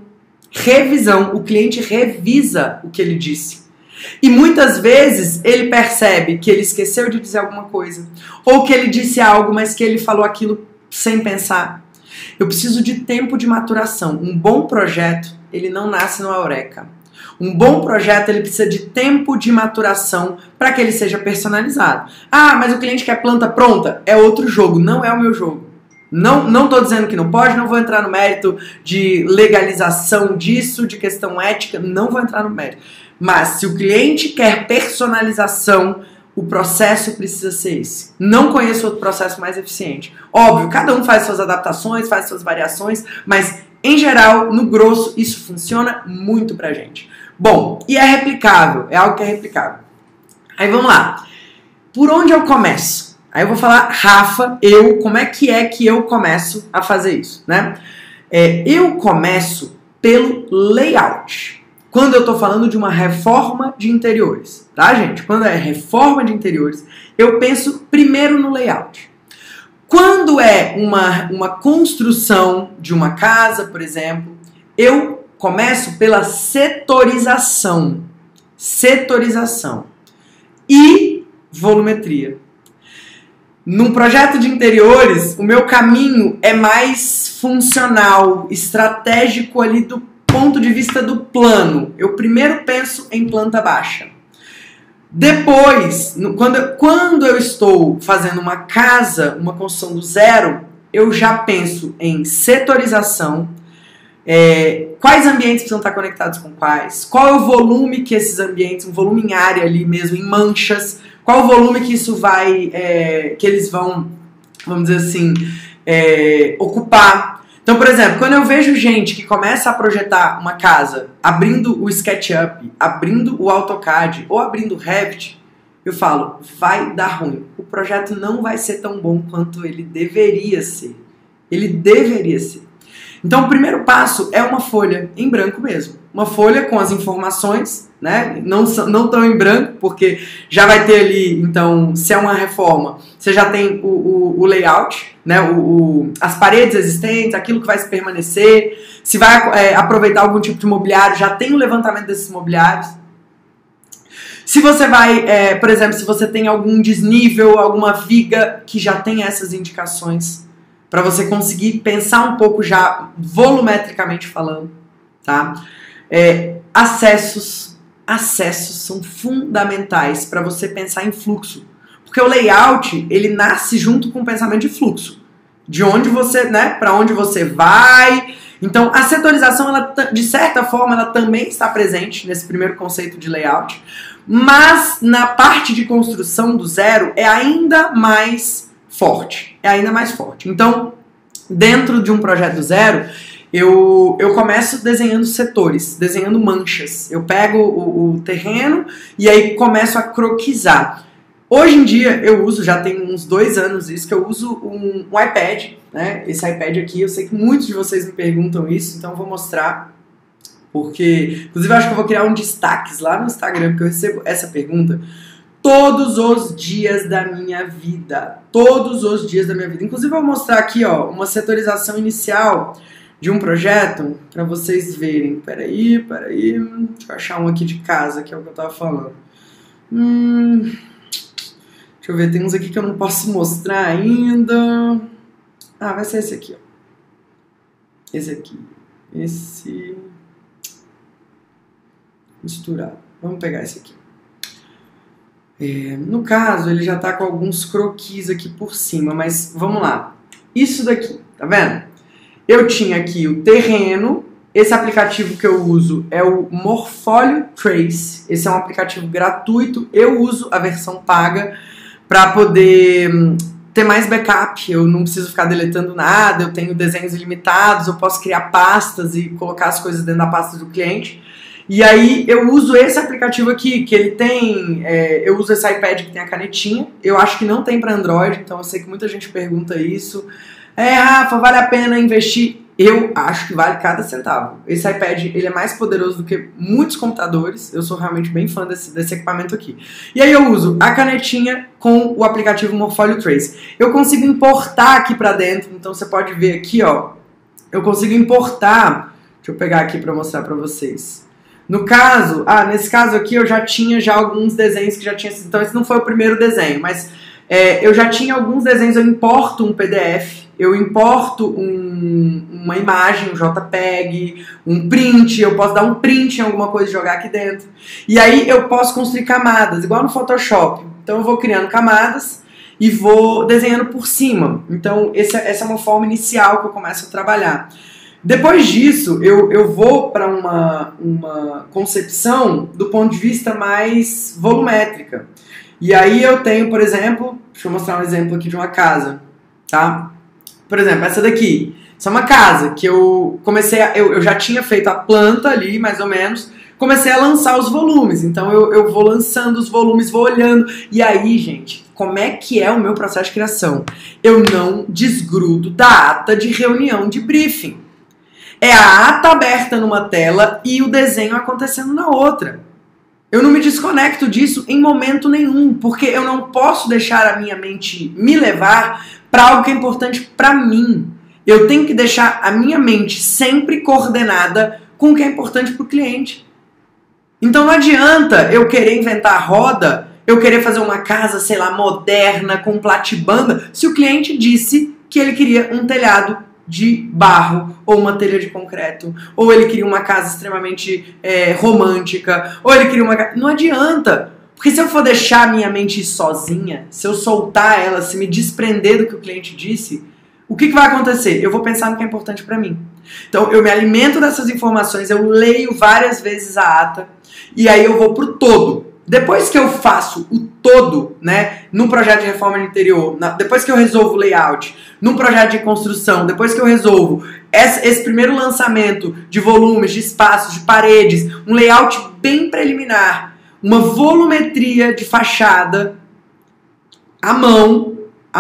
o cliente revisa o que ele disse. E muitas vezes ele percebe que ele esqueceu de dizer alguma coisa, ou que ele disse algo, mas que ele falou aquilo sem pensar. Eu preciso de tempo de maturação. Um bom projeto, ele não nasce no Eureka. Um bom projeto, ele precisa de tempo de maturação para que ele seja personalizado. Ah, mas o cliente quer planta pronta? É outro jogo, não é o meu jogo. Não estou dizendo que não pode, não vou entrar no mérito de legalização disso, de questão ética, não vou entrar no mérito. Mas se o cliente quer personalização, o processo precisa ser esse. Não conheço outro processo mais eficiente. Óbvio, cada um faz suas adaptações, faz suas variações, mas em geral, no grosso, isso funciona muito pra gente. Bom, e é replicável, é algo que é replicável. Aí vamos lá. Por onde eu começo? Aí eu vou falar, Rafa, como é que eu começo a fazer isso, né? Eu começo pelo layout. Quando eu estou falando de uma reforma de interiores, tá, gente? Quando é reforma de interiores, eu penso primeiro no layout. Quando é uma construção de uma casa, por exemplo, eu começo pela setorização. Setorização. E volumetria. Num projeto de interiores, o meu caminho é mais funcional, estratégico ali do ponto de vista do plano. Eu primeiro penso em planta baixa. Depois, quando eu estou fazendo uma casa, uma construção do zero, eu já penso em setorização, quais ambientes precisam estar conectados com quais, qual é o volume que esses ambientes, um volume em área ali mesmo, em manchas, qual o volume que isso vai, que eles vão, vamos dizer assim, ocupar. Então, por exemplo, quando eu vejo gente que começa a projetar uma casa abrindo o SketchUp, abrindo o AutoCAD ou abrindo o Revit, eu falo, vai dar ruim. O projeto não vai ser tão bom quanto ele deveria ser. Ele deveria ser. Então, o primeiro passo é uma folha em branco mesmo. Uma folha com as informações, né? Não tão em branco, porque já vai ter ali, então, se é uma reforma, você já tem o layout, né? As paredes existentes, aquilo que vai se permanecer. Se vai aproveitar algum tipo de mobiliário, já tem o levantamento desses mobiliários. Se você vai, por exemplo, se você tem algum desnível, alguma viga que já tem essas indicações, para você conseguir pensar um pouco já volumetricamente falando, tá? Acessos são fundamentais para você pensar em fluxo, porque o layout, ele nasce junto com o pensamento de fluxo, de onde você, né, para onde você vai. Então, a setorização, ela, de certa forma, ela também está presente nesse primeiro conceito de layout, mas na parte de construção do zero é ainda mais forte. Então, dentro de um projeto do zero, eu começo desenhando setores, desenhando manchas. Eu pego o terreno e aí começo a croquisar. Hoje em dia eu uso, já tem uns 2 anos isso, que eu uso um iPad, né? Esse iPad aqui, eu sei que muitos de vocês me perguntam isso, então eu vou mostrar. Porque, inclusive, eu acho que eu vou criar um destaques lá no Instagram, porque eu recebo essa pergunta todos os dias da minha vida. Todos os dias da minha vida. Inclusive, eu vou mostrar aqui, ó, uma setorização inicial de um projeto para vocês verem. Peraí. Deixa eu achar um aqui de casa, que é o que eu tava falando. Deixa eu ver, tem uns aqui que eu não posso mostrar ainda. Ah, vai ser esse aqui, ó. Esse aqui. Esse... misturado. Vamos pegar esse aqui. No caso, ele já tá com alguns croquis aqui por cima, mas vamos lá. Isso daqui, tá vendo? Eu tinha aqui o terreno. Esse aplicativo que eu uso é o Morpholio Trace. Esse é um aplicativo gratuito. Eu uso a versão paga para poder ter mais backup. Eu não preciso ficar deletando nada. Eu tenho desenhos ilimitados. Eu posso criar pastas e colocar as coisas dentro da pasta do cliente. E aí eu uso esse aplicativo aqui, que ele tem... eu uso esse iPad que tem a canetinha. Eu acho que não tem para Android, então eu sei que muita gente pergunta isso. Rafa, vale a pena investir? Eu acho que vale cada centavo. Esse iPad, ele é mais poderoso do que muitos computadores. Eu sou realmente bem fã desse equipamento aqui. E aí eu uso a canetinha com o aplicativo Morpholio Trace. Eu consigo importar aqui pra dentro. Então você pode ver aqui, ó. Eu consigo importar... Deixa eu pegar aqui pra mostrar pra vocês. No caso... nesse caso aqui eu já tinha alguns desenhos que já tinha... Então esse não foi o primeiro desenho, mas... eu já tinha alguns desenhos. Eu importo um PDF... Eu importo uma imagem, um JPEG, um print, eu posso dar um print em alguma coisa e jogar aqui dentro. E aí eu posso construir camadas, igual no Photoshop. Então eu vou criando camadas e vou desenhando por cima. Então essa é uma forma inicial que eu começo a trabalhar. Depois disso, eu vou para uma concepção do ponto de vista mais volumétrica. E aí eu tenho, por exemplo, deixa eu mostrar um exemplo aqui de uma casa, tá? Por exemplo, essa daqui. Essa é uma casa que eu comecei eu já tinha feito a planta ali, mais ou menos. Comecei a lançar os volumes. Então eu vou lançando os volumes, vou olhando. E aí, gente, como é que é o meu processo de criação? Eu não desgrudo da ata de reunião de briefing. É a ata aberta numa tela e o desenho acontecendo na outra. Eu não me desconecto disso em momento nenhum, porque eu não posso deixar a minha mente me levar para algo que é importante para mim. Eu tenho que deixar a minha mente sempre coordenada com o que é importante para o cliente. Então não adianta eu querer inventar a roda, eu querer fazer uma casa, sei lá, moderna, com platibanda, se o cliente disse que ele queria um telhado de barro, ou uma telha de concreto, ou ele queria uma casa extremamente romântica, ou ele queria uma casa... Não adianta, porque se eu for deixar a minha mente ir sozinha, se eu soltar ela, se me desprender do que o cliente disse, o que vai acontecer? Eu vou pensar no que é importante para mim. Então eu me alimento dessas informações, eu leio várias vezes a ata, e aí eu vou pro todo. Depois que eu faço o todo, né, no projeto de reforma de interior, depois que eu resolvo o layout, num projeto de construção, depois que eu resolvo esse primeiro lançamento de volumes, de espaços, de paredes, um layout bem preliminar, uma volumetria de fachada à mão,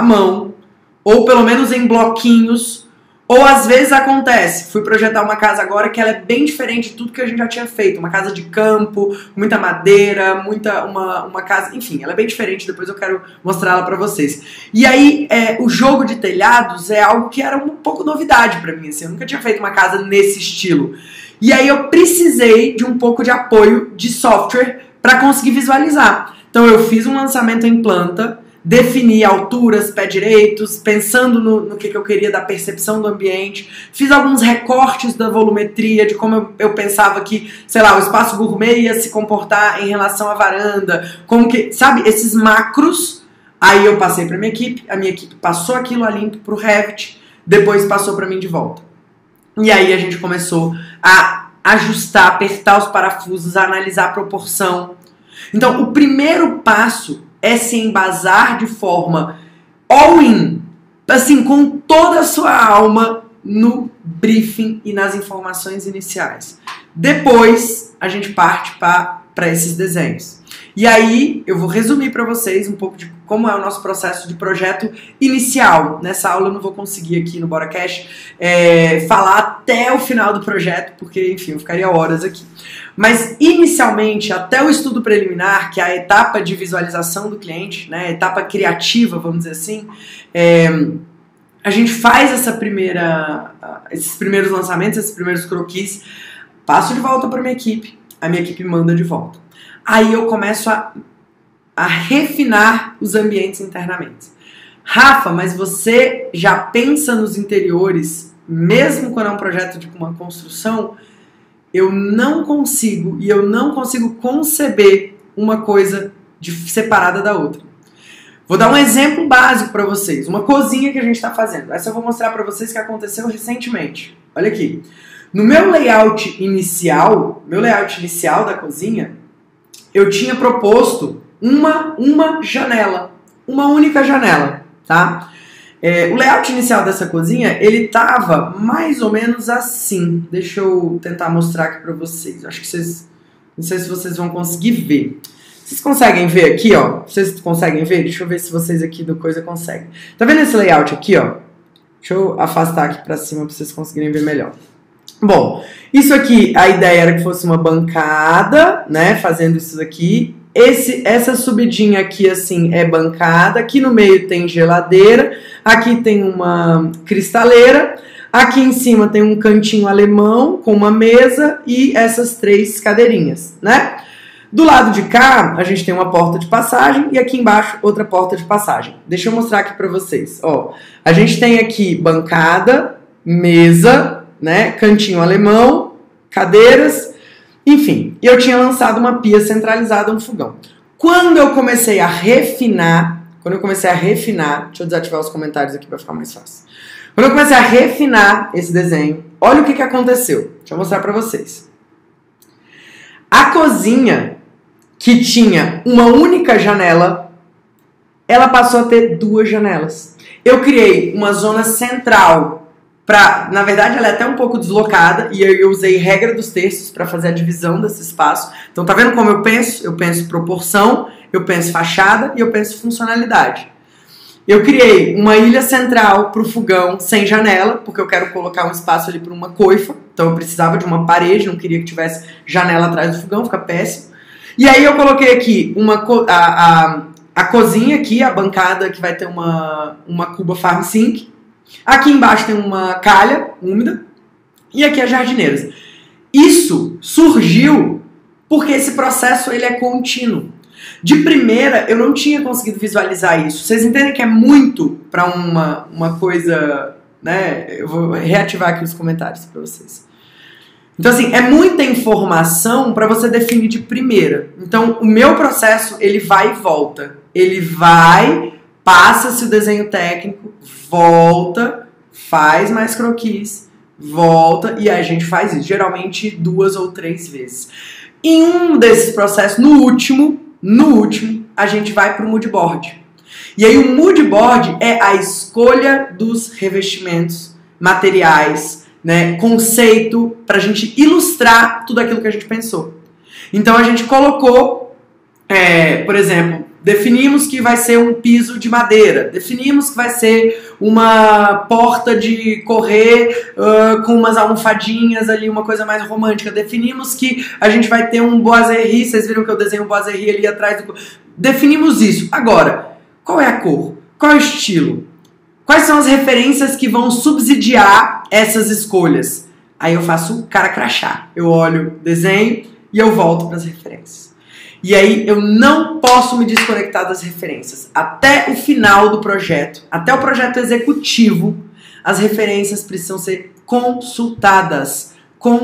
ou pelo menos em bloquinhos. Ou às vezes acontece, fui projetar uma casa agora que ela é bem diferente de tudo que a gente já tinha feito. Uma casa de campo, muita madeira, uma casa... Enfim, ela é bem diferente, depois eu quero mostrá-la pra vocês. E aí, o jogo de telhados é algo que era um pouco novidade pra mim, assim. Eu nunca tinha feito uma casa nesse estilo. E aí eu precisei de um pouco de apoio de software pra conseguir visualizar. Então eu fiz um lançamento em planta, defini alturas, pé direitos, pensando no que eu queria da percepção do ambiente. Fiz alguns recortes da volumetria, de como eu pensava que, sei lá, o espaço gourmet ia se comportar em relação à varanda. Como que, sabe, esses macros. Aí eu passei para minha equipe, a minha equipe passou aquilo a limpo pro Revit, depois passou para mim de volta. E aí a gente começou a ajustar, apertar os parafusos, a analisar a proporção. Então, o primeiro passo é se embasar de forma all-in, assim, com toda a sua alma no briefing e nas informações iniciais. Depois, a gente parte para esses desenhos. E aí, eu vou resumir para vocês um pouco de como é o nosso processo de projeto inicial. Nessa aula eu não vou conseguir aqui no BoraCast falar até o final do projeto, porque, enfim, eu ficaria horas aqui. Mas, inicialmente, até o estudo preliminar, que é a etapa de visualização do cliente, né, a etapa criativa, vamos dizer assim, a gente faz esses primeiros lançamentos, esses primeiros croquis, passo de volta para minha equipe, a minha equipe manda de volta. Aí eu começo a a refinar os ambientes internamente. Rafa, mas você já pensa nos interiores, mesmo quando é um projeto de uma construção? Eu não consigo conceber uma coisa separada da outra. Vou dar um exemplo básico para vocês, uma cozinha que a gente está fazendo. Essa eu vou mostrar para vocês que aconteceu recentemente. Olha aqui. No meu layout inicial da cozinha, eu tinha proposto uma janela, uma única janela, tá? O layout inicial dessa cozinha, ele tava mais ou menos assim. Deixa eu tentar mostrar aqui para vocês. Acho que vocês, não sei se vocês vão conseguir ver. Vocês conseguem ver aqui, ó? Vocês conseguem ver? Deixa eu ver se vocês aqui do coisa conseguem. Tá vendo esse layout aqui, ó? Deixa eu afastar aqui pra cima pra vocês conseguirem ver melhor. Bom, isso aqui, a ideia era que fosse uma bancada, né? Fazendo isso daqui. Essa subidinha aqui, assim, é bancada. Aqui no meio tem geladeira. Aqui tem uma cristaleira. Aqui em cima tem um cantinho alemão com uma mesa e essas 3 cadeirinhas, né? Do lado de cá, a gente tem uma porta de passagem e aqui embaixo outra porta de passagem. Deixa eu mostrar aqui pra vocês. Ó, a gente tem aqui bancada, mesa, né, cantinho alemão, cadeiras, enfim. E eu tinha lançado uma pia centralizada no fogão. Quando eu comecei a refinar, deixa eu desativar os comentários aqui pra ficar mais fácil. Quando eu comecei a refinar esse desenho, olha o que aconteceu. Deixa eu mostrar pra vocês. A cozinha, que tinha uma única janela, ela passou a ter 2 janelas. Eu criei uma zona central, na verdade ela é até um pouco deslocada, e eu usei regra dos terços para fazer a divisão desse espaço. Então tá vendo como eu penso? Eu penso proporção, eu penso fachada e eu penso funcionalidade. Eu criei uma ilha central para o fogão sem janela, porque eu quero colocar um espaço ali para uma coifa, então eu precisava de uma parede, não queria que tivesse janela atrás do fogão, fica péssimo. E aí eu coloquei aqui a cozinha aqui, a bancada que vai ter uma cuba farm sink. Aqui embaixo tem uma calha úmida. E aqui as jardineiras. Isso surgiu porque esse processo ele é contínuo. De primeira, eu não tinha conseguido visualizar isso. Vocês entendem que é muito para uma coisa, né? Eu vou reativar aqui os comentários para vocês. Então, assim, é muita informação para você definir de primeira. Então, o meu processo, ele vai e volta. Ele vai, passa-se o desenho técnico, volta, faz mais croquis, volta, e aí a gente faz isso. Geralmente 2 ou 3 vezes. Em um desses processos, no último, a gente vai para o mood board. E aí o mood board é a escolha dos revestimentos, materiais, né, conceito, para a gente ilustrar tudo aquilo que a gente pensou. Então a gente colocou, por exemplo, definimos que vai ser um piso de madeira, definimos que vai ser uma porta de correr com umas almofadinhas ali, uma coisa mais romântica, definimos que a gente vai ter um boiserie, vocês viram que eu desenho um boiserie ali atrás, definimos isso. Agora, qual é a cor? Qual é o estilo? Quais são as referências que vão subsidiar essas escolhas? Aí eu faço o cara crachá. Eu olho o desenho e eu volto para as referências. E aí eu não posso me desconectar das referências. Até o final do projeto, até o projeto executivo, as referências precisam ser consultadas.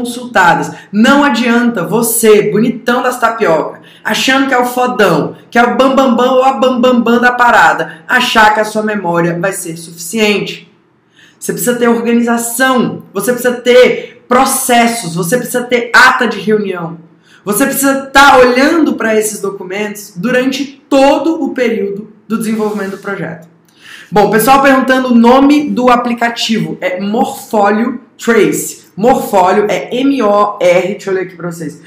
Não adianta você, bonitão das tapioca, achando que é o fodão, que é o bambambam ou a bambambam da parada, achar que a sua memória vai ser suficiente. Você precisa ter organização, você precisa ter processos, você precisa ter ata de reunião. Você precisa estar olhando para esses documentos durante todo o período do desenvolvimento do projeto. Bom, o pessoal perguntando o nome do aplicativo, é Morfolio Trace. Morfolio é M-O-R, deixa eu ler aqui pra vocês,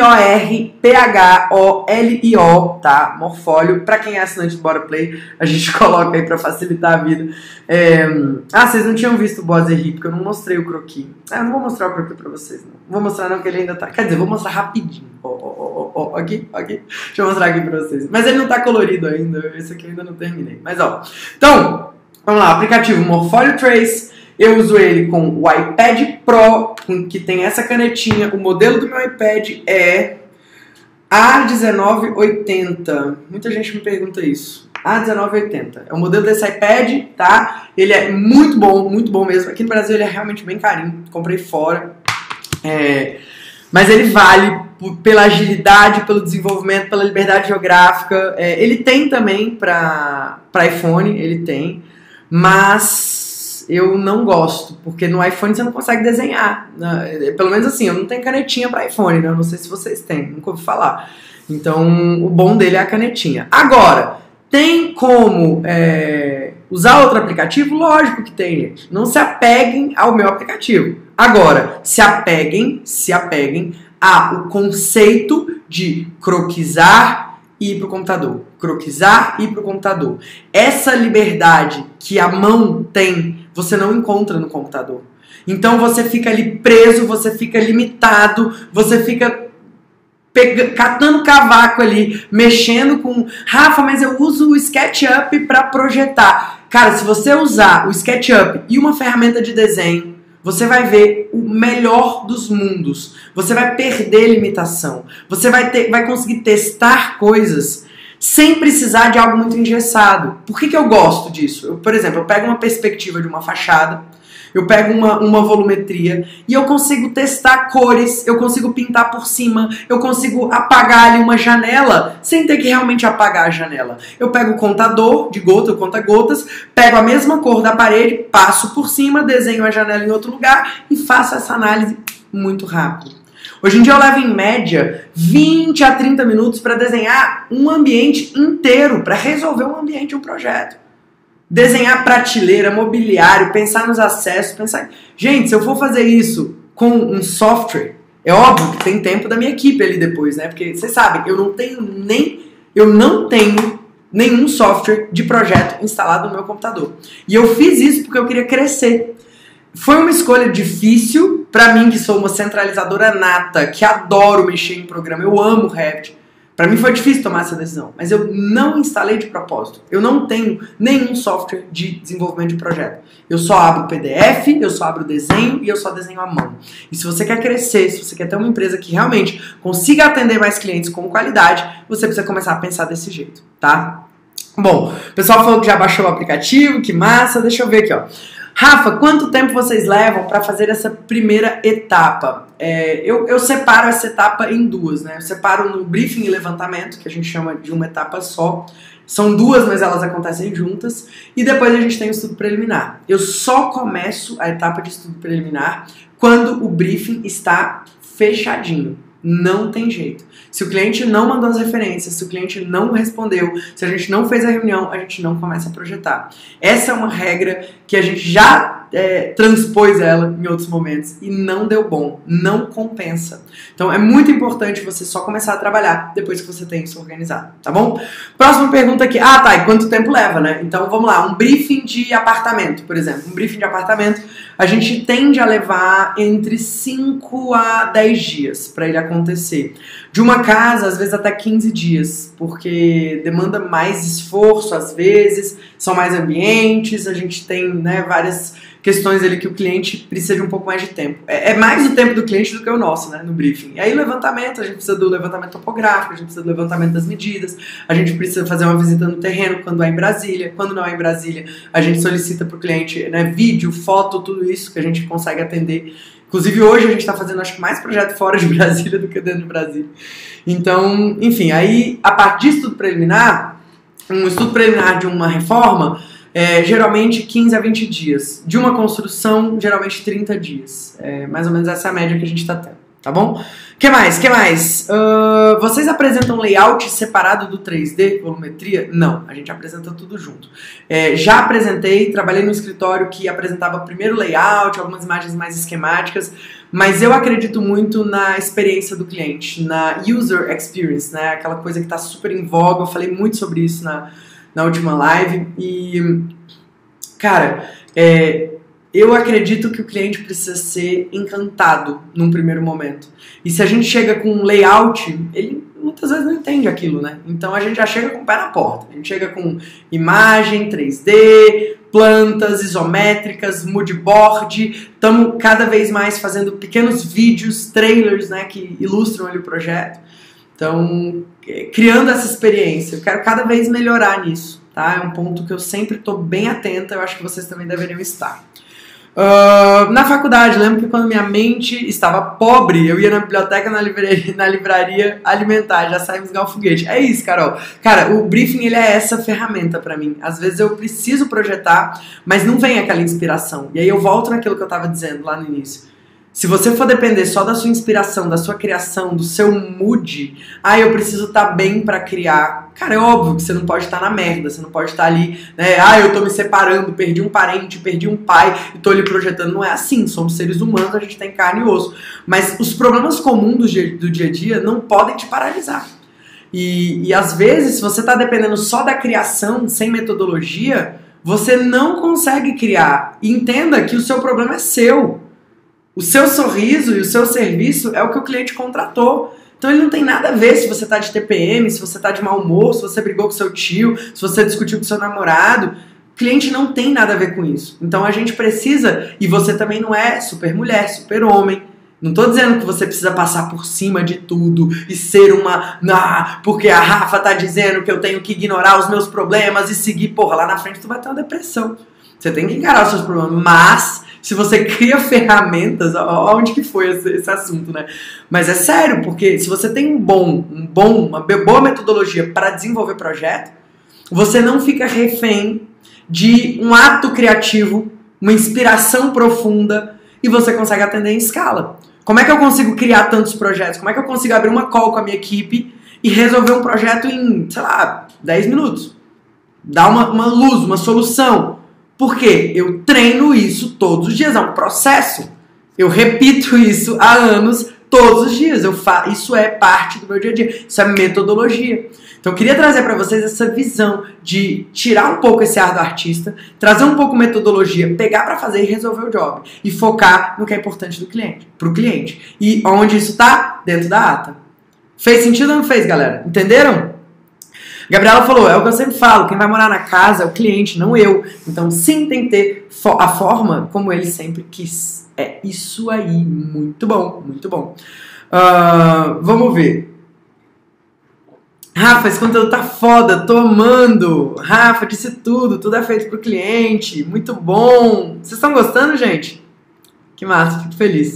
M-O-R-P-H-O-L-I-O, tá? Morfolio, pra quem é assinante do Boraplay, a gente coloca aí pra facilitar a vida. Vocês não tinham visto o boiserie, porque eu não mostrei o croquis. Eu não vou mostrar o croquis pra vocês, não. Vou mostrar não, porque ele ainda tá, quer dizer, vou mostrar rapidinho. Aqui. Deixa eu mostrar aqui pra vocês. Mas ele não tá colorido ainda, esse aqui eu ainda não terminei. Mas então, vamos lá, aplicativo Morfolio Trace. Eu uso ele com o iPad Pro, que tem essa canetinha. O modelo do meu iPad é A1980. Muita gente me pergunta isso. A1980. É o modelo desse iPad, tá? Ele é muito bom mesmo. Aqui no Brasil ele é realmente bem carinho. Comprei fora. Mas ele vale pela agilidade, pelo desenvolvimento, pela liberdade geográfica. Ele tem também para iPhone, ele tem. Mas eu não gosto, porque no iPhone você não consegue desenhar. Pelo menos assim, eu não tenho canetinha para iPhone, né? Eu não sei se vocês têm, nunca ouvi falar. Então, o bom dele é a canetinha. Agora, tem como usar outro aplicativo? Lógico que tem, gente. Não se apeguem ao meu aplicativo. Agora, se apeguem ao conceito de croquisar e ir pro computador. Croquisar e ir pro computador. Essa liberdade que a mão tem, você não encontra no computador. Então você fica ali preso, você fica limitado, você fica catando cavaco ali, mexendo com... Rafa, mas eu uso o SketchUp para projetar. Cara, se você usar o SketchUp e uma ferramenta de desenho, você vai ver o melhor dos mundos. Você vai perder limitação. Você vai conseguir testar coisas sem precisar de algo muito engessado. Por que eu gosto disso? Por exemplo, eu pego uma perspectiva de uma fachada, eu pego uma volumetria e eu consigo testar cores, eu consigo pintar por cima, eu consigo apagar ali uma janela sem ter que realmente apagar a janela. Eu pego o contador de gota, o conta-gotas, pego a mesma cor da parede, passo por cima, desenho a janela em outro lugar e faço essa análise muito rápido. Hoje em dia eu levo em média 20 a 30 minutos para desenhar um ambiente inteiro, para resolver um ambiente, um projeto. Desenhar prateleira, mobiliário, pensar nos acessos, pensar... Gente, se eu for fazer isso com um software, é óbvio que tem tempo da minha equipe ali depois, né? Porque vocês sabem, eu não tenho nenhum software de projeto instalado no meu computador. E eu fiz isso porque eu queria crescer. Foi uma escolha difícil para mim, que sou uma centralizadora nata, que adoro mexer em programa, eu amo Revit. Para mim foi difícil tomar essa decisão, mas eu não instalei de propósito. Eu não tenho nenhum software de desenvolvimento de projeto. Eu só abro o PDF, eu só abro o desenho e eu só desenho à mão. E se você quer crescer, se você quer ter uma empresa que realmente consiga atender mais clientes com qualidade, você precisa começar a pensar desse jeito, tá? Bom, o pessoal falou que já baixou o aplicativo, que massa. Deixa eu ver aqui, ó. Rafa, quanto tempo vocês levam para fazer essa primeira etapa? Eu separo essa etapa em duas, né? Eu separo no briefing e levantamento, que a gente chama de uma etapa só. São duas, mas elas acontecem juntas. E depois a gente tem o estudo preliminar. Eu só começo a etapa de estudo preliminar quando o briefing está fechadinho. Não tem jeito. Se o cliente não mandou as referências, se o cliente não respondeu, se a gente não fez a reunião, a gente não começa a projetar. Essa é uma regra que a gente já transpôs ela em outros momentos e não deu bom, não compensa. Então é muito importante você só começar a trabalhar depois que você tem isso organizado, tá bom? Próxima pergunta aqui. Ah, tá, e quanto tempo leva, né? Então vamos lá, um briefing de apartamento, por exemplo. Um briefing de apartamento, a gente tende a levar entre 5 a 10 dias para ele acontecer. De uma casa, às vezes até 15 dias, porque demanda mais esforço, às vezes, são mais ambientes, a gente tem, né, várias questões ali que o cliente precisa de um pouco mais de tempo. É mais o tempo do cliente do que o nosso, né, no briefing. E aí o levantamento, a gente precisa do levantamento topográfico, a gente precisa do levantamento das medidas, a gente precisa fazer uma visita no terreno quando é em Brasília, quando não é em Brasília, a gente solicita para o cliente, né, vídeo, foto, tudo isso que a gente consegue atender. Inclusive hoje a gente está fazendo, acho que mais projeto fora de Brasília do que dentro de Brasília. Então, enfim, aí a partir de estudo preliminar, um estudo preliminar de uma reforma, geralmente 15 a 20 dias. De uma construção, geralmente 30 dias. Mais ou menos essa é a média que a gente está tendo, tá bom? Que mais? Vocês apresentam layout separado do 3D, volumetria? Não, a gente apresenta tudo junto. Já apresentei, trabalhei no escritório que apresentava primeiro layout, algumas imagens mais esquemáticas, mas eu acredito muito na experiência do cliente, na user experience, né? Aquela coisa que está super em voga, eu falei muito sobre isso na última live e, cara, eu acredito que o cliente precisa ser encantado num primeiro momento. E se a gente chega com um layout, ele muitas vezes não entende aquilo, né? Então a gente já chega com o pé na porta. A gente chega com imagem, 3D, plantas isométricas, moodboard. Estamos cada vez mais fazendo pequenos vídeos, trailers, né, que ilustram ali o projeto. Então, criando essa experiência, eu quero cada vez melhorar nisso, tá? É um ponto que eu sempre estou bem atenta, eu acho que vocês também deveriam estar. Na faculdade, lembro que quando minha mente estava pobre, eu ia na biblioteca, na livraria alimentar, já saímos igual foguete. É isso, Carol. Cara, o briefing, ele é essa ferramenta pra mim. Às vezes eu preciso projetar, mas não vem aquela inspiração. E aí eu volto naquilo que eu tava dizendo lá no início. Se você for depender só da sua inspiração, da sua criação, do seu mood, eu preciso estar bem pra criar. Cara, é óbvio que você não pode estar na merda, você não pode estar ali, né? Eu tô me separando, perdi um parente, perdi um pai e tô ali projetando. Não é assim, somos seres humanos, a gente tem carne e osso. Mas os problemas comuns do dia a dia não podem te paralisar. E às vezes, se você tá dependendo só da criação, sem metodologia, você não consegue criar. E entenda que o seu problema é seu. O seu sorriso e o seu serviço é o que o cliente contratou. Então ele não tem nada a ver se você tá de TPM, se você tá de mau humor, se você brigou com seu tio, se você discutiu com seu namorado. O cliente não tem nada a ver com isso. Então a gente precisa, e você também não é super mulher, super homem. Não tô dizendo que você precisa passar por cima de tudo e ser porque a Rafa tá dizendo que eu tenho que ignorar os meus problemas e seguir. Porra, lá na frente tu vai ter uma depressão. Você tem que encarar os seus problemas, mas se você cria ferramentas, onde que foi esse assunto, né? Mas é sério, porque se você tem uma boa metodologia para desenvolver projeto, você não fica refém de um ato criativo, uma inspiração profunda, e você consegue atender em escala. Como é que eu consigo criar tantos projetos? Como é que eu consigo abrir uma call com a minha equipe e resolver um projeto em, 10 minutos? Dar uma luz, uma solução. Porque eu treino isso todos os dias, é um processo. Eu repito isso há anos, todos os dias. Isso é parte do meu dia a dia, isso é metodologia. Então eu queria trazer para vocês essa visão de tirar um pouco esse ar do artista, trazer um pouco metodologia, pegar para fazer e resolver o job. E focar no que é importante do cliente, pro cliente. E onde isso tá? Dentro da ata. Fez sentido ou não fez, galera? Entenderam? Gabriela falou, é o que eu sempre falo, quem vai morar na casa é o cliente, não eu. Então sim, tem que ter a forma como ele sempre quis. É isso aí, muito bom, muito bom. Vamos ver. Rafa, esse conteúdo tá foda, tô amando. Rafa, disse tudo é feito pro cliente, muito bom. Vocês estão gostando, gente? Que massa, fico feliz.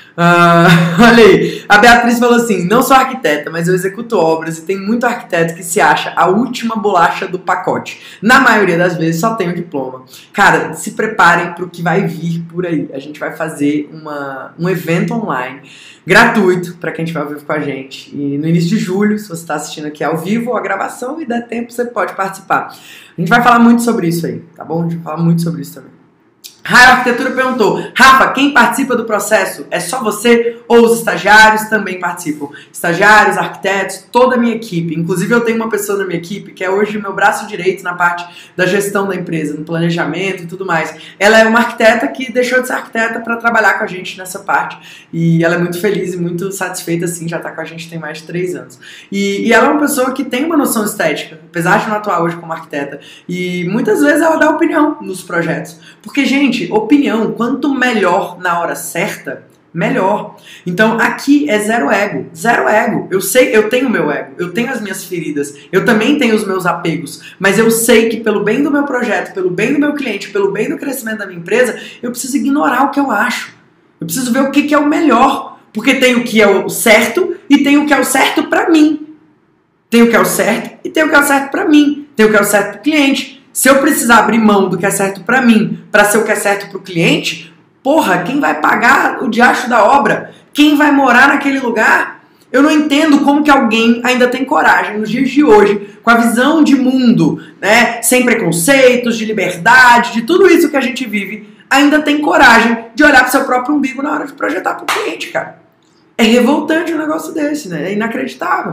Olha aí, a Beatriz falou assim, não sou arquiteta, mas eu executo obras e tem muito arquiteto que se acha a última bolacha do pacote. Na maioria das vezes só tem o diploma. Cara, se preparem pro que vai vir por aí. A gente vai fazer um evento online gratuito para quem estiver ao vivo com a gente. E no início de julho, se você está assistindo aqui ao vivo, a gravação e der tempo, você pode participar. A gente vai falar muito sobre isso aí, tá bom? A gente vai falar muito sobre isso também. Raio Arquitetura perguntou, Rafa, quem participa do processo? É só você ou os estagiários também participam? Estagiários, arquitetos, toda a minha equipe. Inclusive eu tenho uma pessoa na minha equipe que é hoje meu braço direito na parte da gestão da empresa, no planejamento e tudo mais. Ela é uma arquiteta que deixou de ser arquiteta para trabalhar com a gente nessa parte. E ela é muito feliz e muito satisfeita, assim, já está com a gente tem mais de 3 anos. E ela é uma pessoa que tem uma noção estética, apesar de não atuar hoje como arquiteta. E muitas vezes ela dá opinião nos projetos. Porque, gente, opinião, quanto melhor na hora certa, melhor. Então aqui é zero ego, zero ego. Eu sei, eu tenho meu ego, eu tenho as minhas feridas, eu também tenho os meus apegos, mas eu sei que pelo bem do meu projeto, pelo bem do meu cliente, pelo bem do crescimento da minha empresa, eu preciso ignorar o que eu acho. Eu preciso ver o que é o melhor, porque tem o que é o certo e tem o que é o certo pra mim. Tem o que é o certo e tem o que é o certo pra mim. Tem o que é o certo pro cliente. Se eu precisar abrir mão do que é certo pra mim pra ser o que é certo pro cliente, porra, quem vai pagar o diacho da obra? Quem vai morar naquele lugar? Eu não entendo como que alguém ainda tem coragem nos dias de hoje, com a visão de mundo, né, sem preconceitos, de liberdade, de tudo isso que a gente vive, ainda tem coragem de olhar pro seu próprio umbigo na hora de projetar pro cliente, cara. É revoltante um negócio desse, né? É inacreditável.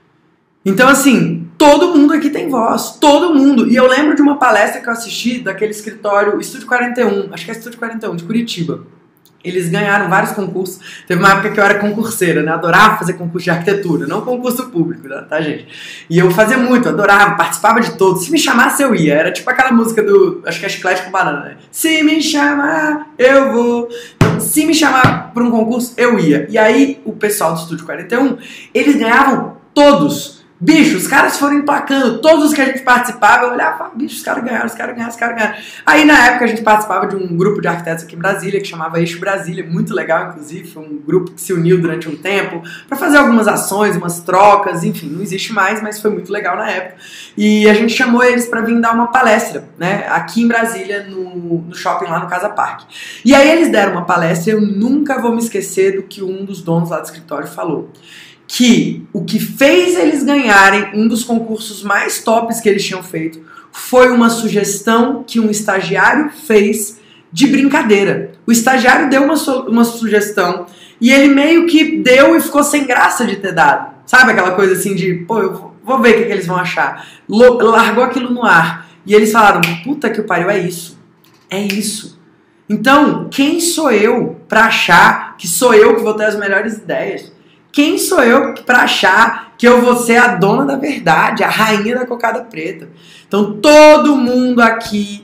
Então, assim, todo mundo aqui tem voz, todo mundo. E eu lembro de uma palestra que eu assisti daquele escritório Estúdio 41, acho que é Estúdio 41, de Curitiba. Eles ganharam vários concursos. Teve uma época que eu era concurseira, né? Adorava fazer concurso de arquitetura, não concurso público, tá, gente? E eu fazia muito, adorava, participava de todos. Se me chamasse, eu ia. Era tipo aquela música do, acho que é Chiclete com Banana, né? Se me chamar, eu vou. Então, se me chamar para um concurso, eu ia. E aí, o pessoal do Estúdio 41, eles ganhavam todos. Bicho, os caras foram emplacando, todos os que a gente participava, eu olhava e falava, bicho, os caras ganharam. Aí na época a gente participava de um grupo de arquitetos aqui em Brasília, que chamava Eixo Brasília, muito legal inclusive, foi um grupo que se uniu durante um tempo para fazer algumas ações, umas trocas, enfim, não existe mais, mas foi muito legal na época. E a gente chamou eles para vir dar uma palestra, né, aqui em Brasília, no shopping lá no Casa Parque. E aí eles deram uma palestra e eu nunca vou me esquecer do que um dos donos lá do escritório falou. Que o que fez eles ganharem um dos concursos mais tops que eles tinham feito foi uma sugestão que um estagiário fez de brincadeira. O estagiário deu uma sugestão e ele meio que deu e ficou sem graça de ter dado. Sabe aquela coisa assim de, pô, eu vou ver o que eles vão achar. Largou aquilo no ar. E eles falaram, puta que pariu, é isso. É isso. Então, quem sou eu pra achar que sou eu que vou ter as melhores ideias? Quem sou eu para achar que eu vou ser a dona da verdade, a rainha da cocada preta? Então todo mundo aqui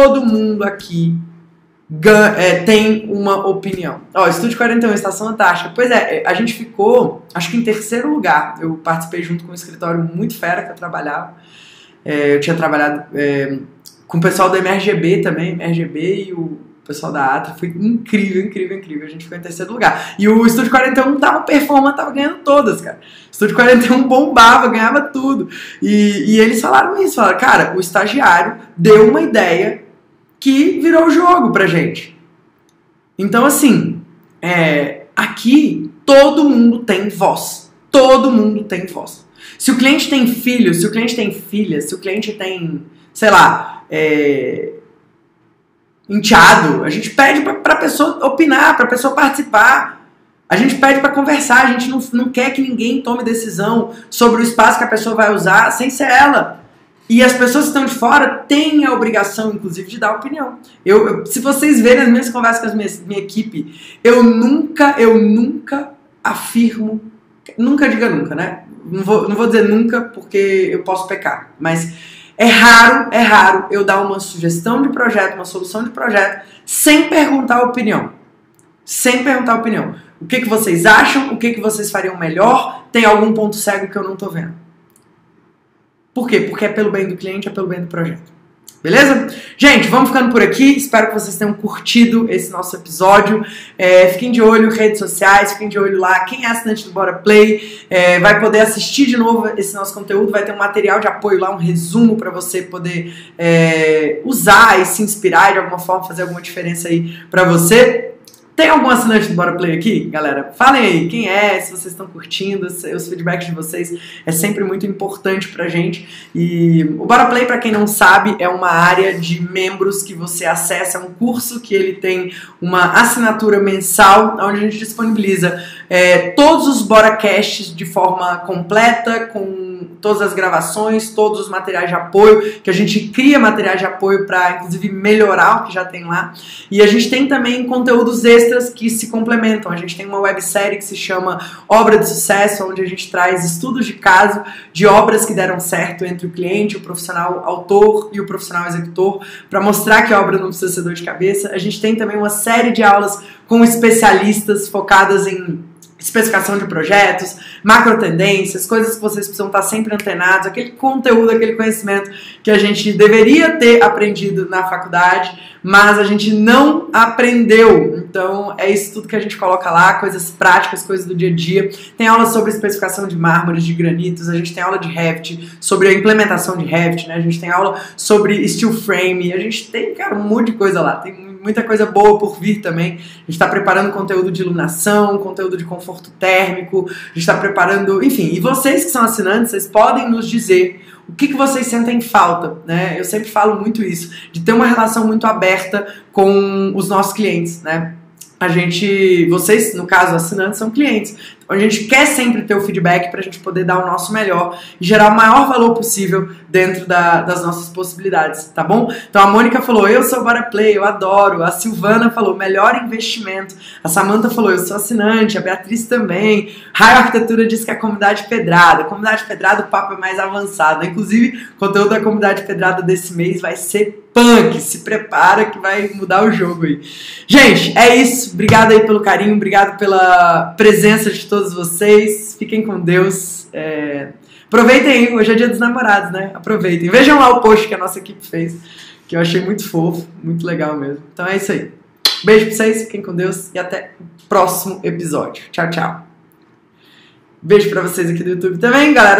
tem uma opinião. Ó, Estúdio 41, Estação Antártica. Pois é, a gente ficou, acho que em terceiro lugar. Eu participei junto com um escritório muito fera que eu trabalhava. Eu tinha trabalhado com o pessoal do MRGB também, MRGB e o pessoal da Atra, foi incrível. A gente ficou em terceiro lugar. E o Estúdio 41 tava performando, tava ganhando todas, cara. O Estúdio 41 bombava, ganhava tudo. E eles falaram isso, falaram, cara, o estagiário deu uma ideia que virou o jogo pra gente. Então, assim, aqui todo mundo tem voz. Todo mundo tem voz. Se o cliente tem filho, se o cliente tem filha, se o cliente tem, sei lá, enteado, a gente pede pra pessoa opinar, pra pessoa participar. A gente pede pra conversar, a gente não quer que ninguém tome decisão sobre o espaço que a pessoa vai usar sem ser ela. E as pessoas que estão de fora têm a obrigação, inclusive, de dar opinião. Se vocês verem as minhas conversas com a minha equipe, eu nunca afirmo, nunca diga nunca, né? Não vou dizer nunca porque eu posso pecar, mas é raro eu dar uma sugestão de projeto, uma solução de projeto, sem perguntar a opinião. Sem perguntar a opinião. O que vocês acham? O que vocês fariam melhor? Tem algum ponto cego que eu não tô vendo? Por quê? Porque é pelo bem do cliente, é pelo bem do projeto. Beleza? Gente, vamos ficando por aqui. Espero que vocês tenham curtido esse nosso episódio. Fiquem de olho, redes sociais, fiquem de olho lá. Quem é assinante do Bora Play vai poder assistir de novo esse nosso conteúdo. Vai ter um material de apoio lá, um resumo para você poder usar e se inspirar e de alguma forma fazer alguma diferença aí para você. Tem algum assinante do Bora Play aqui, galera? Falem aí quem é, se vocês estão curtindo, os feedbacks de vocês é sempre muito importante pra gente. E o Bora Play, pra quem não sabe, é uma área de membros que você acessa, é um curso que ele tem uma assinatura mensal, onde a gente disponibiliza todos os BoraCasts de forma completa, com todas as gravações, todos os materiais de apoio, que a gente cria materiais de apoio para, inclusive, melhorar o que já tem lá. E a gente tem também conteúdos extras que se complementam. A gente tem uma websérie que se chama Obra de Sucesso, onde a gente traz estudos de caso de obras que deram certo entre o cliente, o profissional autor e o profissional executor, para mostrar que a obra não precisa ser dor de cabeça. A gente tem também uma série de aulas com especialistas focadas em especificação de projetos, macro tendências, coisas que vocês precisam estar sempre antenados, aquele conteúdo, aquele conhecimento que a gente deveria ter aprendido na faculdade, mas a gente não aprendeu. Então é isso tudo que a gente coloca lá, coisas práticas, coisas do dia a dia. Tem aula sobre especificação de mármores, de granitos, a gente tem aula de Revit, sobre a implementação de Revit, né? A gente tem aula sobre steel frame, a gente tem, cara, um monte de coisa lá, tem muita coisa boa por vir também. A gente está preparando conteúdo de iluminação, conteúdo de conforto térmico, a gente está preparando, enfim, e vocês que são assinantes, vocês podem nos dizer o que vocês sentem falta, né? Eu sempre falo muito isso, de ter uma relação muito aberta com os nossos clientes, né? Vocês, no caso, assinantes, são clientes. Então a gente quer sempre ter o feedback para a gente poder dar o nosso melhor e gerar o maior valor possível dentro das nossas possibilidades, tá bom? Então a Mônica falou, eu sou Bora Play, eu adoro. A Silvana falou, melhor investimento. A Samantha falou, eu sou assinante. A Beatriz também. Raio Arquitetura disse que é a Comunidade Pedrada. A Comunidade Pedrada, o papo é mais avançado. Inclusive, o conteúdo da Comunidade Pedrada desse mês vai ser punk. Se prepara que vai mudar o jogo aí. Gente, é isso. Obrigado aí pelo carinho, obrigado pela presença de todos todos vocês. Fiquem com Deus. Aproveitem aí, hoje é dia dos namorados, né? Aproveitem. Vejam lá o post que a nossa equipe fez, que eu achei muito fofo, muito legal mesmo. Então é isso aí. Beijo pra vocês, fiquem com Deus e até o próximo episódio. Tchau, tchau. Beijo pra vocês aqui do YouTube também, galera.